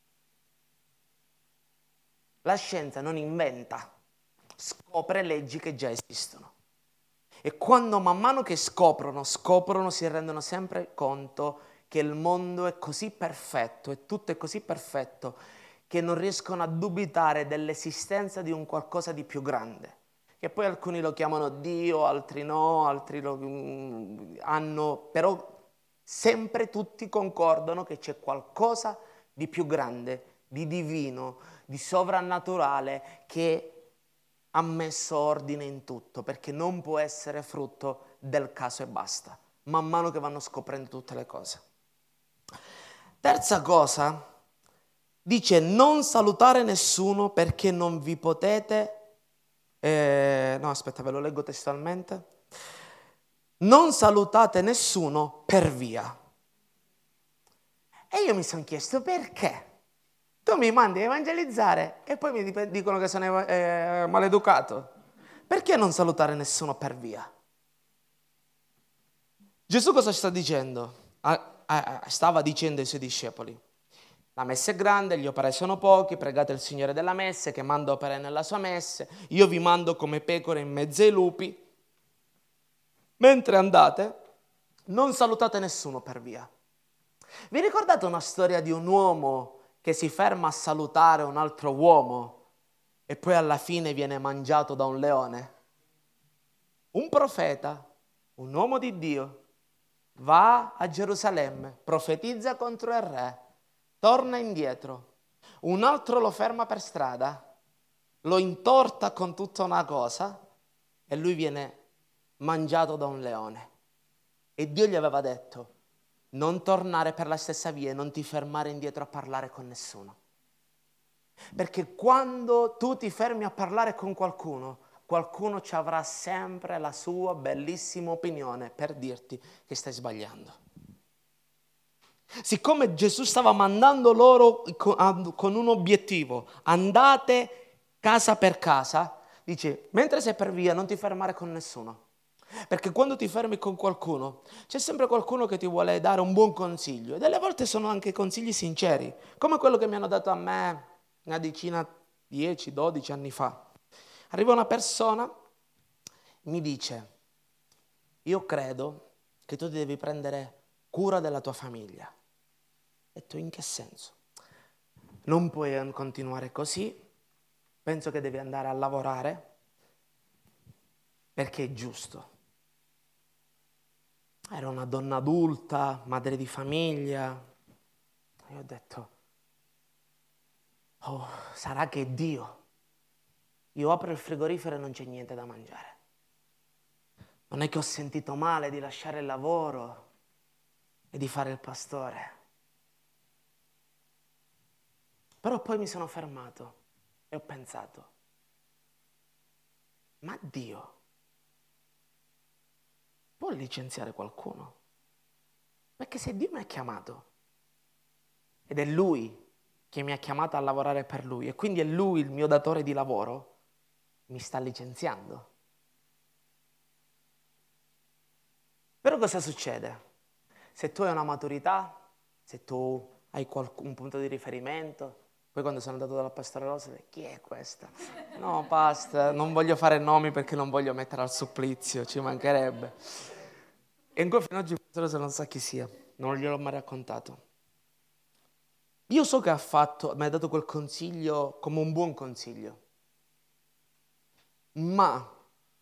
La scienza non inventa, scopre leggi che già esistono. E quando man mano che scoprono, scoprono, si rendono sempre conto che il mondo è così perfetto e tutto è così perfetto che non riescono a dubitare dell'esistenza di un qualcosa di più grande, che poi alcuni lo chiamano Dio, altri no, altri lo mm, hanno, però sempre tutti concordano che c'è qualcosa di più grande, di divino, di sovrannaturale, che ha messo ordine in tutto, perché non può essere frutto del caso e basta, man mano che vanno scoprendo tutte le cose. Terza cosa, dice non salutare nessuno perché non vi potete, eh, no aspetta ve lo leggo testualmente, non salutate nessuno per via. E io mi sono chiesto perché? Tu mi mandi a evangelizzare e poi mi dicono che sono eh, maleducato. Perché non salutare nessuno per via? Gesù cosa sta dicendo? Ah, ah, stava dicendo ai suoi discepoli: la messa è grande, gli operai sono pochi, pregate il Signore della messe che manda operai nella sua messe, io vi mando come pecore in mezzo ai lupi. Mentre andate, non salutate nessuno per via. Vi ricordate una storia di un uomo che si ferma a salutare un altro uomo e poi alla fine viene mangiato da un leone? Un profeta, un uomo di Dio, va a Gerusalemme, profetizza contro il re, torna indietro, un altro lo ferma per strada, lo intorta con tutta una cosa e lui viene mangiato da un leone. E Dio gli aveva detto: non tornare per la stessa via e non ti fermare indietro a parlare con nessuno. Perché quando tu ti fermi a parlare con qualcuno, qualcuno ci avrà sempre la sua bellissima opinione per dirti che stai sbagliando. Siccome Gesù stava mandando loro con un obiettivo, andate casa per casa, dice, mentre sei per via non ti fermare con nessuno. Perché quando ti fermi con qualcuno, c'è sempre qualcuno che ti vuole dare un buon consiglio. E delle volte sono anche consigli sinceri, come quello che mi hanno dato a me una decina, dieci, dodici anni fa. Arriva una persona, mi dice, io credo che tu ti devi prendere cura della tua famiglia. Ho detto, in che senso? Non puoi continuare così, penso che devi andare a lavorare, perché è giusto. Era una donna adulta, madre di famiglia. E ho detto, oh, sarà che è Dio. Io apro il frigorifero e non c'è niente da mangiare. Non è che ho sentito male di lasciare il lavoro e di fare il pastore. Però poi mi sono fermato e ho pensato, ma Dio può licenziare qualcuno? Perché se Dio mi ha chiamato ed è Lui che mi ha chiamato a lavorare per Lui e quindi è Lui il mio datore di lavoro, mi sta licenziando. Però cosa succede? Se tu hai una maturità, se tu hai un punto di riferimento, poi quando sono andato dalla pastore Rosa, chi è questa? No, pastor, non voglio fare nomi perché non voglio mettere al supplizio, ci mancherebbe. E in fino oggi il pastore Rosa non sa chi sia, non gliel'ho mai raccontato. Io so che ha fatto, mi ha dato quel consiglio come un buon consiglio, ma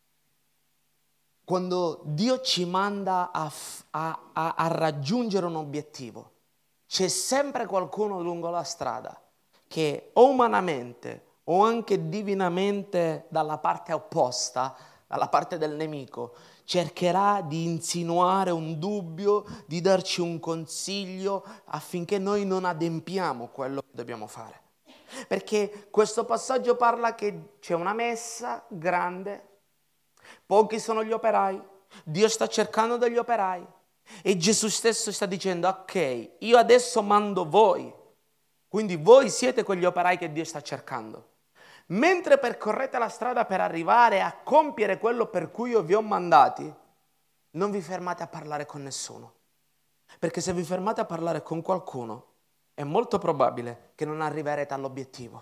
quando Dio ci manda a, a, a, a raggiungere un obiettivo, c'è sempre qualcuno lungo la strada che o umanamente o anche divinamente dalla parte opposta, dalla parte del nemico, cercherà di insinuare un dubbio, di darci un consiglio affinché noi non adempiamo quello che dobbiamo fare. Perché questo passaggio parla che c'è una messa grande, pochi sono gli operai, Dio sta cercando degli operai e Gesù stesso sta dicendo, ok, io adesso mando voi, quindi voi siete quegli operai che Dio sta cercando. Mentre percorrete la strada per arrivare a compiere quello per cui io vi ho mandati, non vi fermate a parlare con nessuno. Perché se vi fermate a parlare con qualcuno, è molto probabile che non arriverete all'obiettivo.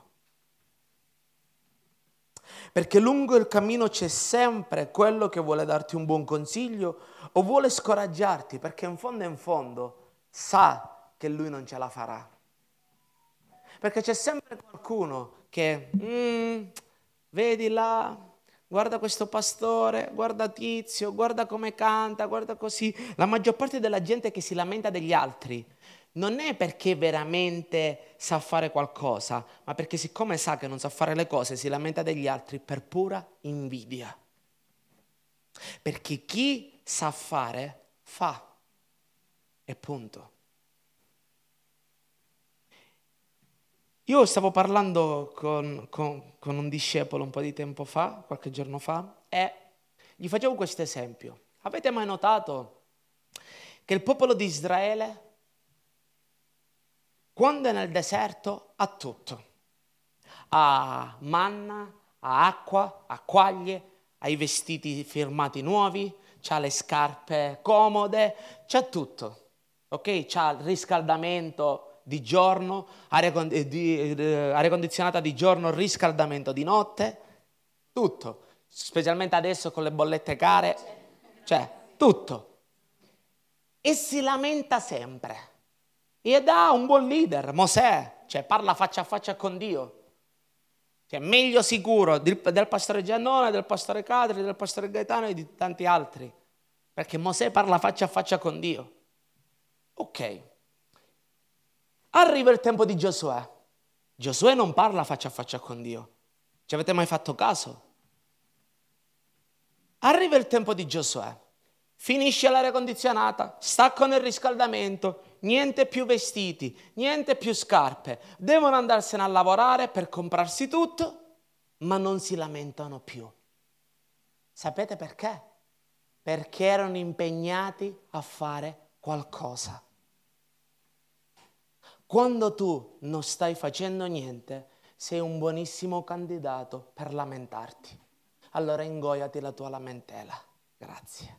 Perché lungo il cammino c'è sempre quello che vuole darti un buon consiglio o vuole scoraggiarti, perché in fondo in fondo sa che lui non ce la farà. Perché c'è sempre qualcuno che, mm, vedi là, guarda questo pastore, guarda Tizio, guarda come canta, guarda così. La maggior parte della gente che si lamenta degli altri non è perché veramente sa fare qualcosa, ma perché siccome sa che non sa fare le cose si lamenta degli altri per pura invidia. Perché chi sa fare, fa. E punto. Io stavo parlando con, con, con un discepolo un po' di tempo fa, qualche giorno fa, e gli facevo questo esempio. Avete mai notato che il popolo di Israele, quando è nel deserto, ha tutto? Ha manna, ha acqua, ha quaglie, ha i vestiti firmati nuovi, c'ha le scarpe comode, c'ha tutto, ok? C'ha il riscaldamento di giorno, aria, con- di, eh, aria condizionata di giorno, riscaldamento di notte, tutto, specialmente adesso con le bollette care, cioè tutto. E si lamenta sempre. Ed ha un buon leader, Mosè, cioè parla faccia a faccia con Dio. Cioè meglio sicuro del, del pastore Giannone, del pastore Cadri, del pastore Gaetano e di tanti altri. Perché Mosè parla faccia a faccia con Dio. Ok. Arriva il tempo di Giosuè. Giosuè non parla faccia a faccia con Dio. Ci avete mai fatto caso? Arriva il tempo di Giosuè. Finisce l'aria condizionata, sta con il riscaldamento, niente più vestiti, niente più scarpe. Devono andarsene a lavorare per comprarsi tutto, ma non si lamentano più. Sapete perché? Perché erano impegnati a fare qualcosa. Quando tu non stai facendo niente, sei un buonissimo candidato per lamentarti. Allora ingoiati la tua lamentela. Grazie.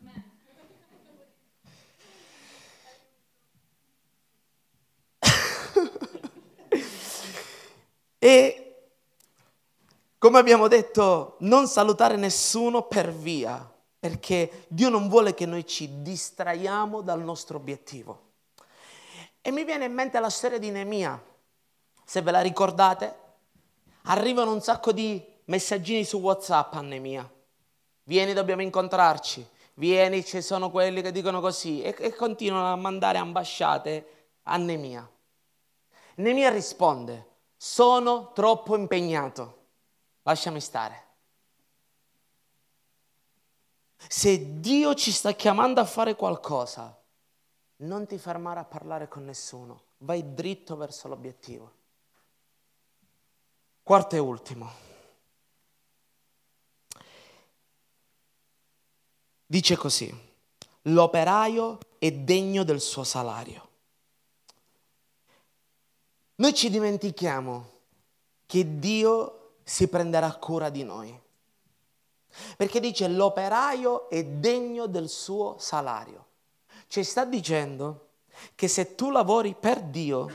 E come abbiamo detto, non salutare nessuno per via, perché Dio non vuole che noi ci distraiamo dal nostro obiettivo. E mi viene in mente la storia di Neemia. Se ve la ricordate, arrivano un sacco di messaggini su WhatsApp a Neemia. Vieni, dobbiamo incontrarci. Vieni, ci sono quelli che dicono così. E, e continuano a mandare ambasciate a Neemia. Neemia risponde: sono troppo impegnato. Lasciami stare. Se Dio ci sta chiamando a fare qualcosa, non ti fermare a parlare con nessuno, vai dritto verso l'obiettivo. Quarto e ultimo. Dice così: l'operaio è degno del suo salario. Noi ci dimentichiamo che Dio si prenderà cura di noi. Perché dice l'operaio è degno del suo salario. Ci sta dicendo che se tu lavori per Dio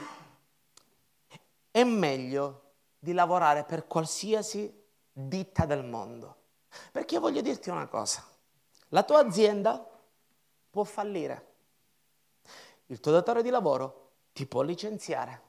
è meglio di lavorare per qualsiasi ditta del mondo. Perché io voglio dirti una cosa: la tua azienda può fallire, il tuo datore di lavoro ti può licenziare,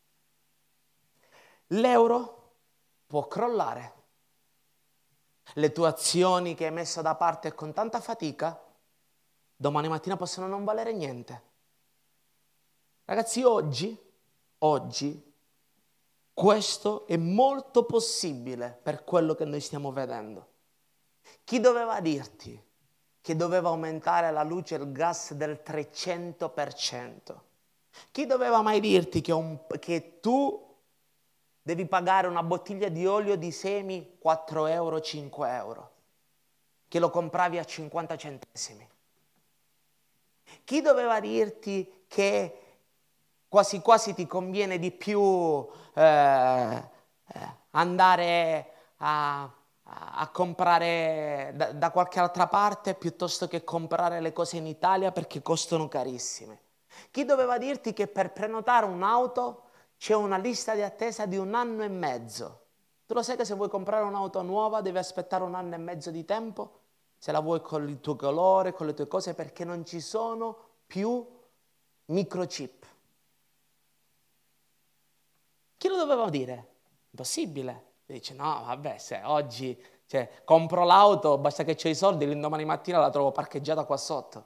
l'euro può crollare, le tue azioni che hai messo da parte con tanta fatica domani mattina possono non valere niente. Ragazzi, oggi, oggi, questo è molto possibile per quello che noi stiamo vedendo. Chi doveva dirti che doveva aumentare la luce e il gas del trecento per cento? Chi doveva mai dirti che, un, che tu devi pagare una bottiglia di olio di semi quattro euro, cinque euro, che lo compravi a cinquanta centesimi? Chi doveva dirti che quasi quasi ti conviene di più eh, eh, andare a, a comprare da, da qualche altra parte piuttosto che comprare le cose in Italia perché costano carissime? Chi doveva dirti che per prenotare un'auto c'è una lista di attesa di un anno e mezzo? Tu lo sai che se vuoi comprare un'auto nuova devi aspettare un anno e mezzo di tempo? Se la vuoi con il tuo colore, con le tue cose, perché non ci sono più microchip. Chi lo doveva dire? Impossibile. Dice, no, vabbè, se oggi cioè, compro l'auto, basta che c'ho i soldi, l'indomani mattina la trovo parcheggiata qua sotto.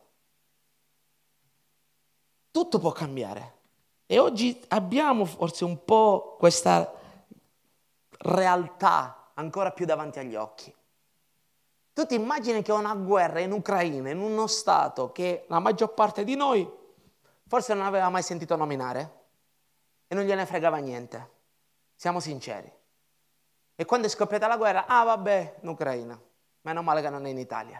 Tutto può cambiare. E oggi abbiamo forse un po' questa realtà ancora più davanti agli occhi. Tu ti immagini che una guerra in Ucraina, in uno stato che la maggior parte di noi forse non aveva mai sentito nominare e non gliene fregava niente. Siamo sinceri. E quando è scoppiata la guerra, ah vabbè, in Ucraina, meno male che non è in Italia.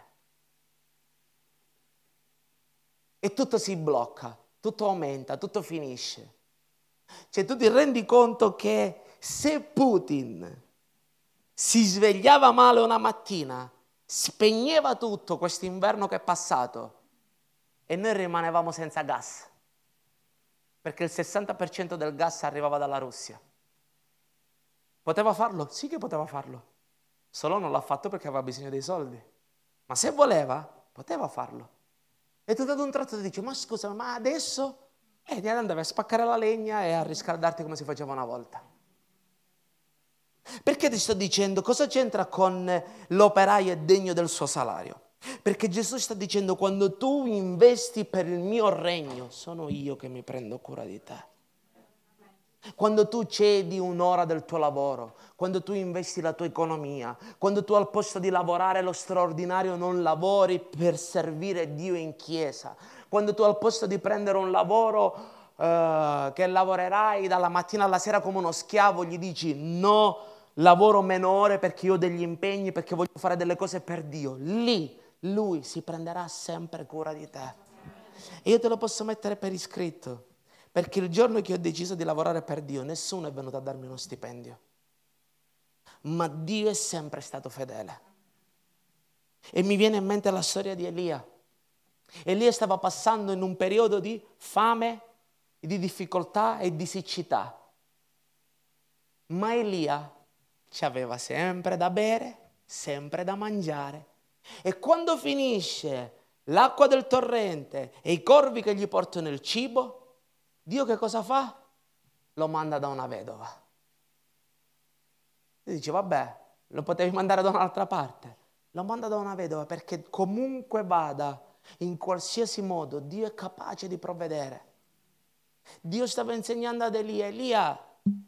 E tutto si blocca, tutto aumenta, tutto finisce. Cioè tu ti rendi conto che se Putin si svegliava male una mattina, spegneva tutto questo inverno che è passato e noi rimanevamo senza gas, perché il sessanta per cento del gas arrivava dalla Russia. Poteva farlo? Sì che poteva farlo, solo non l'ha fatto perché aveva bisogno dei soldi. Ma se voleva, poteva farlo. E tu ad un tratto ti dici, ma scusa, ma adesso? E ti andavi a spaccare la legna e a riscaldarti come si faceva una volta. Perché ti sto dicendo? Cosa c'entra con l'operaio è degno del suo salario? Perché Gesù sta dicendo, quando tu investi per il mio regno, sono io che mi prendo cura di te. Quando tu cedi un'ora del tuo lavoro, quando tu investi la tua economia, quando tu al posto di lavorare lo straordinario non lavori per servire Dio in chiesa, quando tu al posto di prendere un lavoro eh, che lavorerai dalla mattina alla sera come uno schiavo, gli dici no, lavoro menore perché io ho degli impegni, perché voglio fare delle cose per Dio, lì Lui si prenderà sempre cura di te. E io te lo posso mettere per iscritto. Perché il giorno che ho deciso di lavorare per Dio, nessuno è venuto a darmi uno stipendio. Ma Dio è sempre stato fedele. E mi viene in mente la storia di Elia. Elia stava passando in un periodo di fame, di difficoltà e di siccità. Ma Elia ci aveva sempre da bere, sempre da mangiare. E quando finisce l'acqua del torrente e i corvi che gli portano il cibo, Dio che cosa fa? Lo manda da una vedova. E dice, vabbè, lo potevi mandare da un'altra parte. Lo manda da una vedova perché comunque vada, in qualsiasi modo, Dio è capace di provvedere. Dio stava insegnando ad Elia, Elia,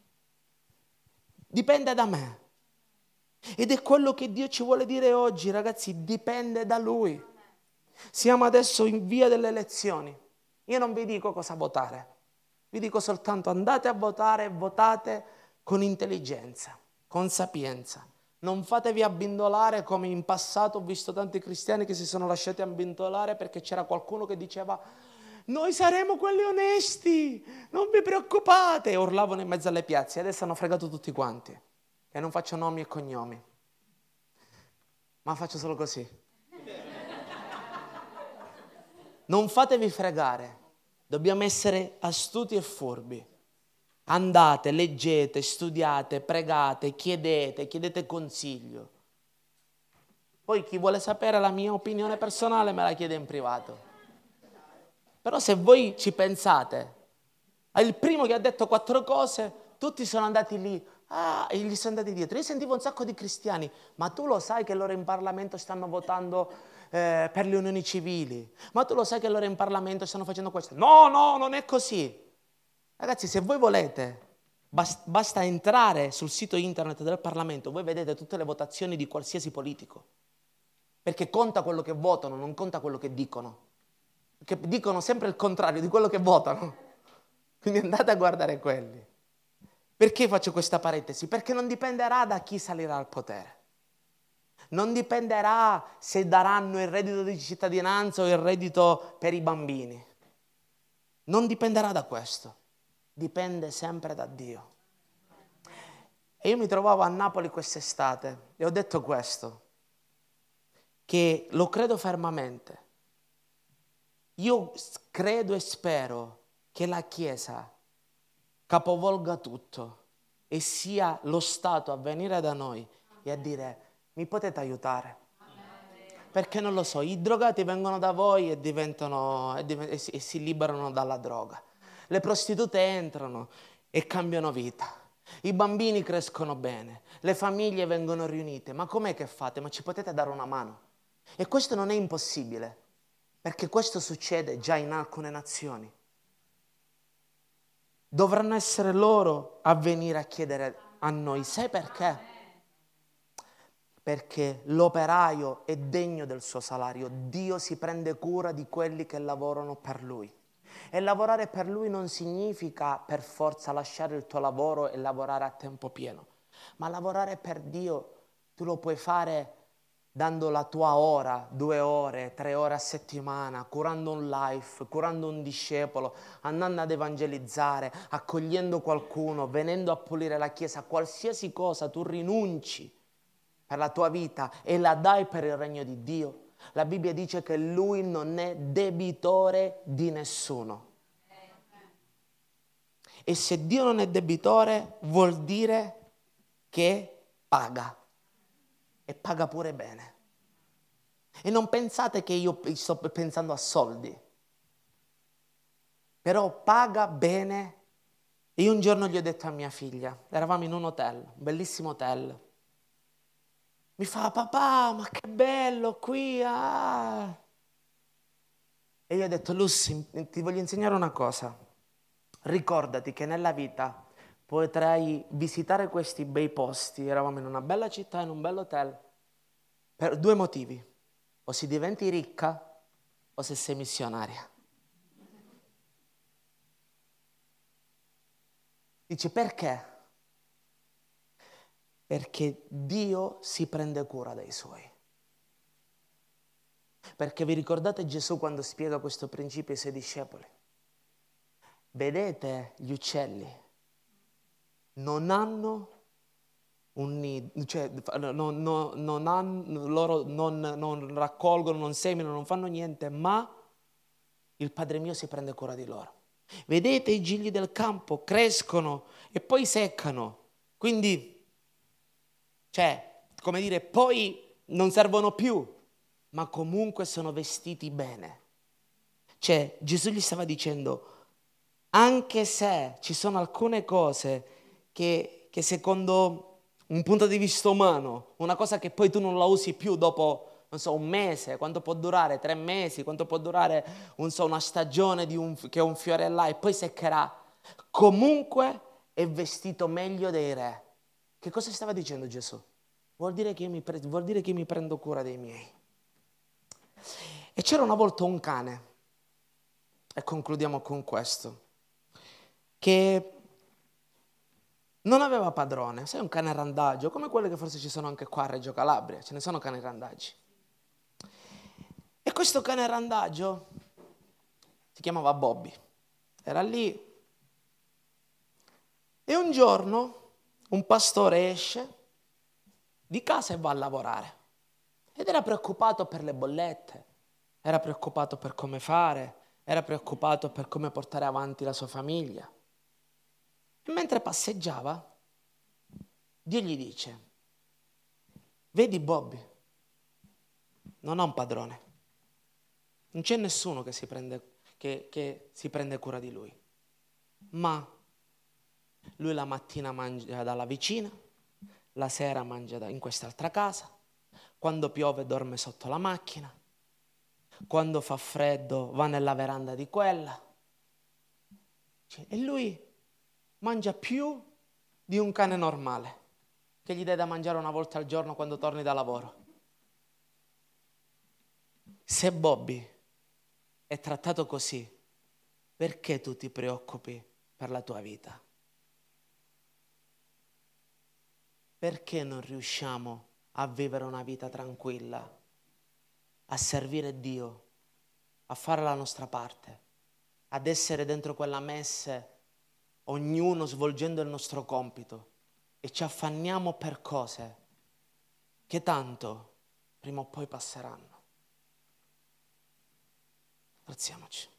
dipende da me. Ed è quello che Dio ci vuole dire oggi, ragazzi, dipende da Lui. Siamo adesso in via delle elezioni. Io non vi dico cosa votare. Vi dico soltanto andate a votare e votate con intelligenza, con sapienza. Non fatevi abbindolare come in passato ho visto tanti cristiani che si sono lasciati abbindolare perché c'era qualcuno che diceva noi saremo quelli onesti, non vi preoccupate, e urlavano in mezzo alle piazze. Adesso hanno fregato tutti quanti. E non faccio nomi e cognomi, ma faccio solo così. Non fatevi fregare. Dobbiamo essere astuti e furbi. Andate, leggete, studiate, pregate, chiedete, chiedete consiglio. Poi chi vuole sapere la mia opinione personale me la chiede in privato. Però se voi ci pensate, il primo che ha detto quattro cose, tutti sono andati lì, ah, e gli sono andati dietro. Io sentivo un sacco di cristiani, ma tu lo sai che loro in Parlamento stanno votando Eh, per le unioni civili, ma tu lo sai che loro in Parlamento stanno facendo questo? No, no, non è così. Ragazzi, se voi volete, bast- basta entrare sul sito internet del Parlamento, voi vedete tutte le votazioni di qualsiasi politico, perché conta quello che votano, non conta quello che dicono, perché dicono sempre il contrario di quello che votano. Quindi andate a guardare quelli. Perché faccio questa parentesi? Perché non dipenderà da chi salirà al potere. Non dipenderà se daranno il reddito di cittadinanza o il reddito per i bambini. Non dipenderà da questo. Dipende sempre da Dio. E io mi trovavo a Napoli quest'estate e ho detto questo, che lo credo fermamente. Io credo e spero che la Chiesa capovolga tutto e sia lo Stato a venire da noi e a dire mi potete aiutare? Perché non lo so, i drogati vengono da voi e, diventano, e, div- e, si, e si liberano dalla droga. Le prostitute entrano e cambiano vita. I bambini crescono bene, le famiglie vengono riunite. Ma com'è che fate? Ma ci potete dare una mano? E questo non è impossibile, perché questo succede già in alcune nazioni. Dovranno essere loro a venire a chiedere a noi. Sai perché? Perché l'operaio è degno del suo salario. Dio si prende cura di quelli che lavorano per Lui. E lavorare per Lui non significa per forza lasciare il tuo lavoro e lavorare a tempo pieno. Ma lavorare per Dio tu lo puoi fare dando la tua ora, due ore, tre ore a settimana, curando un life, curando un discepolo, andando ad evangelizzare, accogliendo qualcuno, venendo a pulire la chiesa. Qualsiasi cosa tu rinunci per la tua vita e la dai per il regno di Dio. La Bibbia dice che Lui non è debitore di nessuno. E se Dio non è debitore, vuol dire che paga. E paga pure bene. E non pensate che io sto pensando a soldi. Però paga bene. E io un giorno gli ho detto a mia figlia, eravamo in un hotel, un bellissimo hotel. Mi fa, papà, ma che bello qui, ah. E io ho detto, Lucy, ti voglio insegnare una cosa. Ricordati che nella vita potrai visitare questi bei posti. Eravamo in una bella città, in un bel hotel, per due motivi. O si diventi ricca o se sei missionaria. Dice, perché? Perché Dio si prende cura dei Suoi. Perché vi ricordate Gesù quando spiega questo principio ai Suoi discepoli? Vedete gli uccelli? Non hanno un nido, cioè non, non, non hanno, loro non, non raccolgono, non seminano, non fanno niente, ma il Padre mio si prende cura di loro. Vedete i gigli del campo? Crescono e poi seccano. Quindi... Cioè, come dire, poi non servono più, ma comunque sono vestiti bene. Cioè, Gesù gli stava dicendo, anche se ci sono alcune cose che, che secondo un punto di vista umano, una cosa che poi tu non la usi più dopo, non so, un mese, quanto può durare, tre mesi, quanto può durare, non so, una stagione di un, che è un fiore là e poi seccherà, comunque è vestito meglio dei re. Che cosa stava dicendo Gesù? Vuol dire che io mi, pre- vuol dire che io mi prendo cura dei miei. E c'era una volta un cane, e concludiamo con questo, che non aveva padrone. Sai, un cane randagio, come quelli che forse ci sono anche qua a Reggio Calabria, ce ne sono cani randaggi. E questo cane randagio si chiamava Bobby, era lì. E un giorno un pastore esce di casa e va a lavorare ed era preoccupato per le bollette, era preoccupato per come fare, era preoccupato per come portare avanti la sua famiglia. E mentre passeggiava, Dio gli dice, vedi Bobby, non ha un padrone, non c'è nessuno che si prende, che, che si prende cura di lui, ma lui la mattina mangia dalla vicina, la sera mangia da, in quest'altra casa, quando piove dorme sotto la macchina, quando fa freddo va nella veranda di quella. E lui mangia più di un cane normale, che gli dai da mangiare una volta al giorno quando torni da lavoro. Se Bobby è trattato così, perché tu ti preoccupi per la tua vita? Perché non riusciamo a vivere una vita tranquilla, a servire Dio, a fare la nostra parte, ad essere dentro quella messe, ognuno svolgendo il nostro compito, e ci affanniamo per cose che tanto prima o poi passeranno? Alziamoci.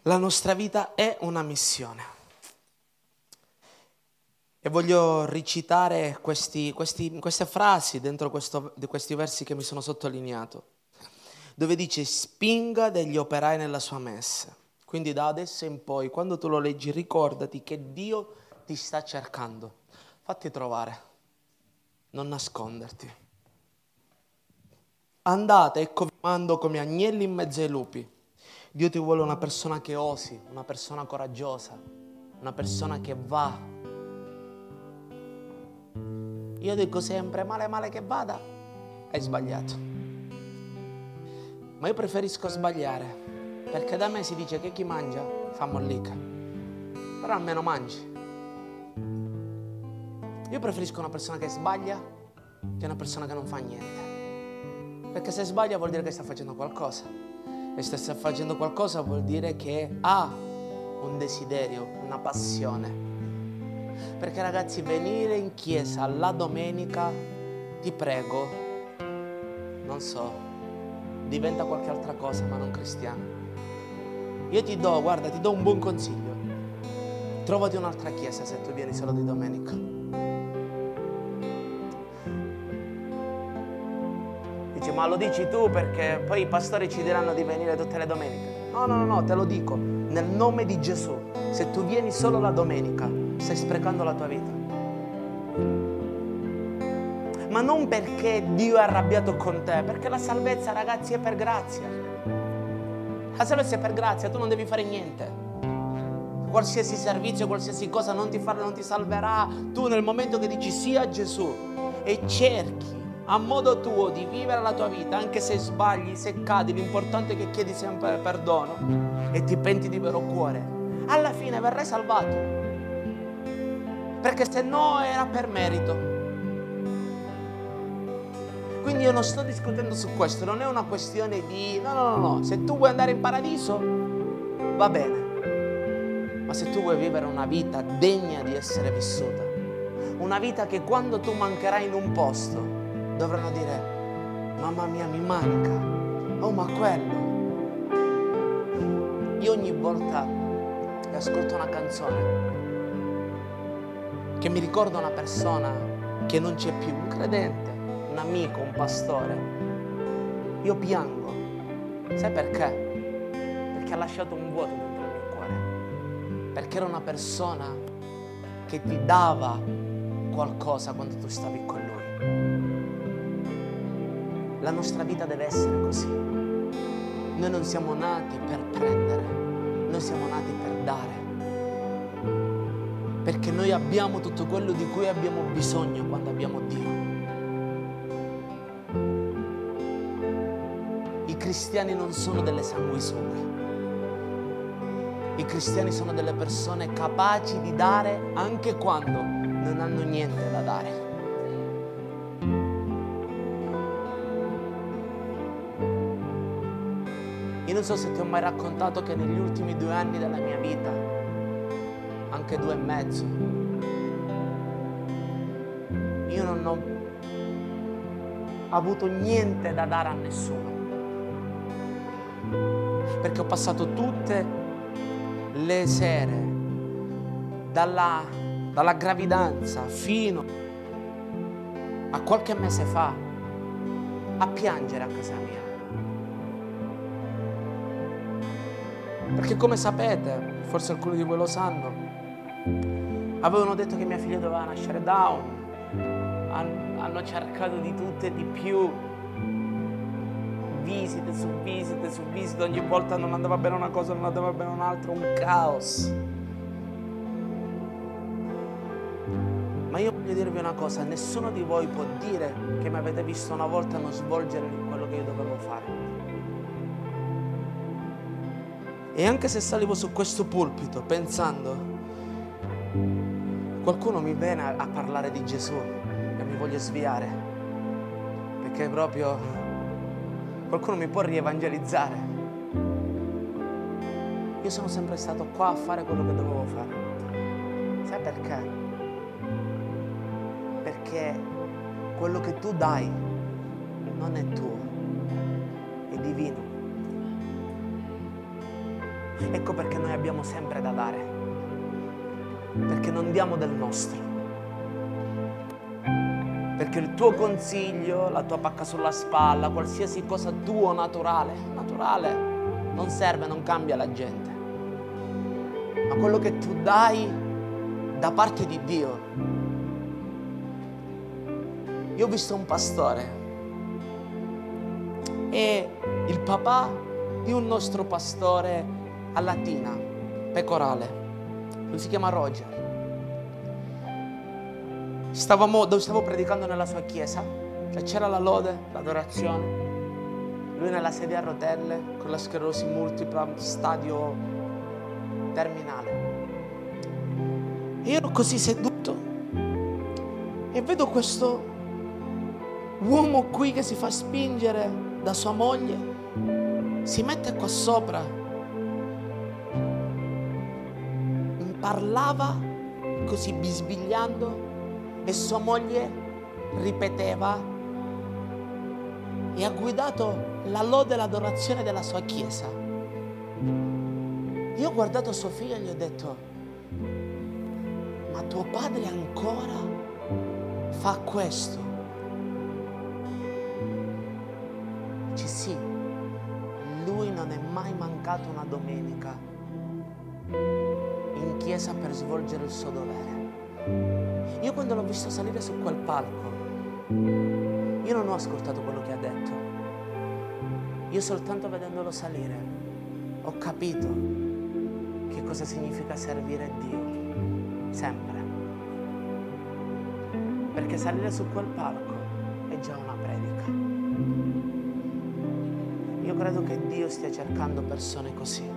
La nostra vita è una missione. E voglio recitare questi, questi, queste frasi dentro questo, di questi versi che mi sono sottolineato, dove dice: spinga degli operai nella sua messe. Quindi da adesso in poi, quando tu lo leggi, ricordati che Dio ti sta cercando. Fatti trovare, non nasconderti. Andate, ecco vi mando come agnelli in mezzo ai lupi. Dio ti vuole una persona che osi, una persona coraggiosa, una persona che va. Io dico sempre, male male che vada, hai sbagliato. Ma io preferisco sbagliare, perché da me si dice che chi mangia fa mollica. Però almeno mangi. Io preferisco una persona che sbaglia che una persona che non fa niente. Perché se sbaglia vuol dire che sta facendo qualcosa. E se sta facendo qualcosa vuol dire che ha un desiderio, una passione. Perché ragazzi, venire in chiesa la domenica, ti prego, non so, diventa qualche altra cosa ma non cristiano. Io ti do, guarda, ti do un buon consiglio. Trovati un'altra chiesa se tu vieni solo di domenica. Dici, ma lo dici tu perché poi i pastori ci diranno di venire tutte le domeniche. No, no, no, no, te lo dico, nel nome di Gesù. Se tu vieni solo la domenica, stai sprecando la tua vita. Ma non perché Dio è arrabbiato con te, perché la salvezza, ragazzi, è per grazia. La salvezza è per grazia, tu non devi fare niente. Qualsiasi servizio, qualsiasi cosa non ti farà, non ti salverà. Tu nel momento che dici sì a Gesù e cerchi a modo tuo di vivere la tua vita, anche se sbagli, se cadi, l'importante è che chiedi sempre perdono e ti penti di vero cuore, alla fine verrai salvato. Perché se no era per merito. Quindi io non sto discutendo su questo, non è una questione di no, no, no, no, se tu vuoi andare in paradiso va bene, ma se tu vuoi vivere una vita degna di essere vissuta, una vita che quando tu mancherai in un posto dovranno dire, mamma mia mi manca, oh ma quello. Io ogni volta che ascolto una canzone, che mi ricorda una persona che non c'è più, un credente, un amico, un pastore, io piango. Sai perché? Perché ha lasciato un vuoto dentro il mio cuore. Perché era una persona che ti dava qualcosa quando tu stavi con lui. La nostra vita deve essere così. Noi non siamo nati per prendere, noi siamo nati per dare. Perché noi abbiamo tutto quello di cui abbiamo bisogno quando abbiamo Dio. I cristiani non sono delle sanguisughe. I cristiani sono delle persone capaci di dare anche quando non hanno niente da dare. Io non so se ti ho mai raccontato che negli ultimi due anni della mia vita, anche due e mezzo, io non ho avuto niente da dare a nessuno. Perché ho passato tutte le sere, dalla, dalla gravidanza fino a qualche mese fa, a piangere a casa mia. Perché come sapete, forse alcuni di voi lo sanno, avevano detto che mia figlia doveva nascere down, Han, hanno cercato di tutto e di più, visite su visite su visite, ogni volta non andava bene una cosa, non andava bene un'altra, un caos. Ma io voglio dirvi una cosa, nessuno di voi può dire che mi avete visto una volta non svolgere quello che io dovevo fare. E anche se salivo su questo pulpito pensando, qualcuno mi viene a, a parlare di Gesù e mi voglio sviare, perché proprio qualcuno mi può rievangelizzare. Io sono sempre stato qua a fare quello che dovevo fare. Sai perché? Perché quello che tu dai non è tuo, è divino. Ecco perché noi abbiamo sempre da dare, perché non diamo del nostro, perché il tuo consiglio, la tua pacca sulla spalla, qualsiasi cosa tuo naturale, naturale, non serve, non cambia la gente, ma quello che tu dai da parte di Dio. Io ho visto un pastore e il papà di un nostro pastore a Latina, pecorale, lui si chiama Roger. Stavamo, stavo predicando nella sua chiesa, cioè c'era la lode, l'adorazione, lui nella sedia a rotelle con la sclerosi multipla, stadio terminale. E io ero così seduto e vedo questo uomo qui che si fa spingere da sua moglie, si mette qua sopra, parlava così bisbigliando e sua moglie ripeteva e ha guidato la lode e l'adorazione della sua chiesa. Io ho guardato suo figlio e gli ho detto: ma tuo padre ancora fa questo? Dice sì, lui non è mai mancato una domenica in chiesa per svolgere il suo dovere. Io quando l'ho visto salire su quel palco, io non ho ascoltato quello che ha detto. Io soltanto vedendolo salire ho capito che cosa significa servire Dio, sempre. Perché salire su quel palco è già una predica. Io credo che Dio stia cercando persone così.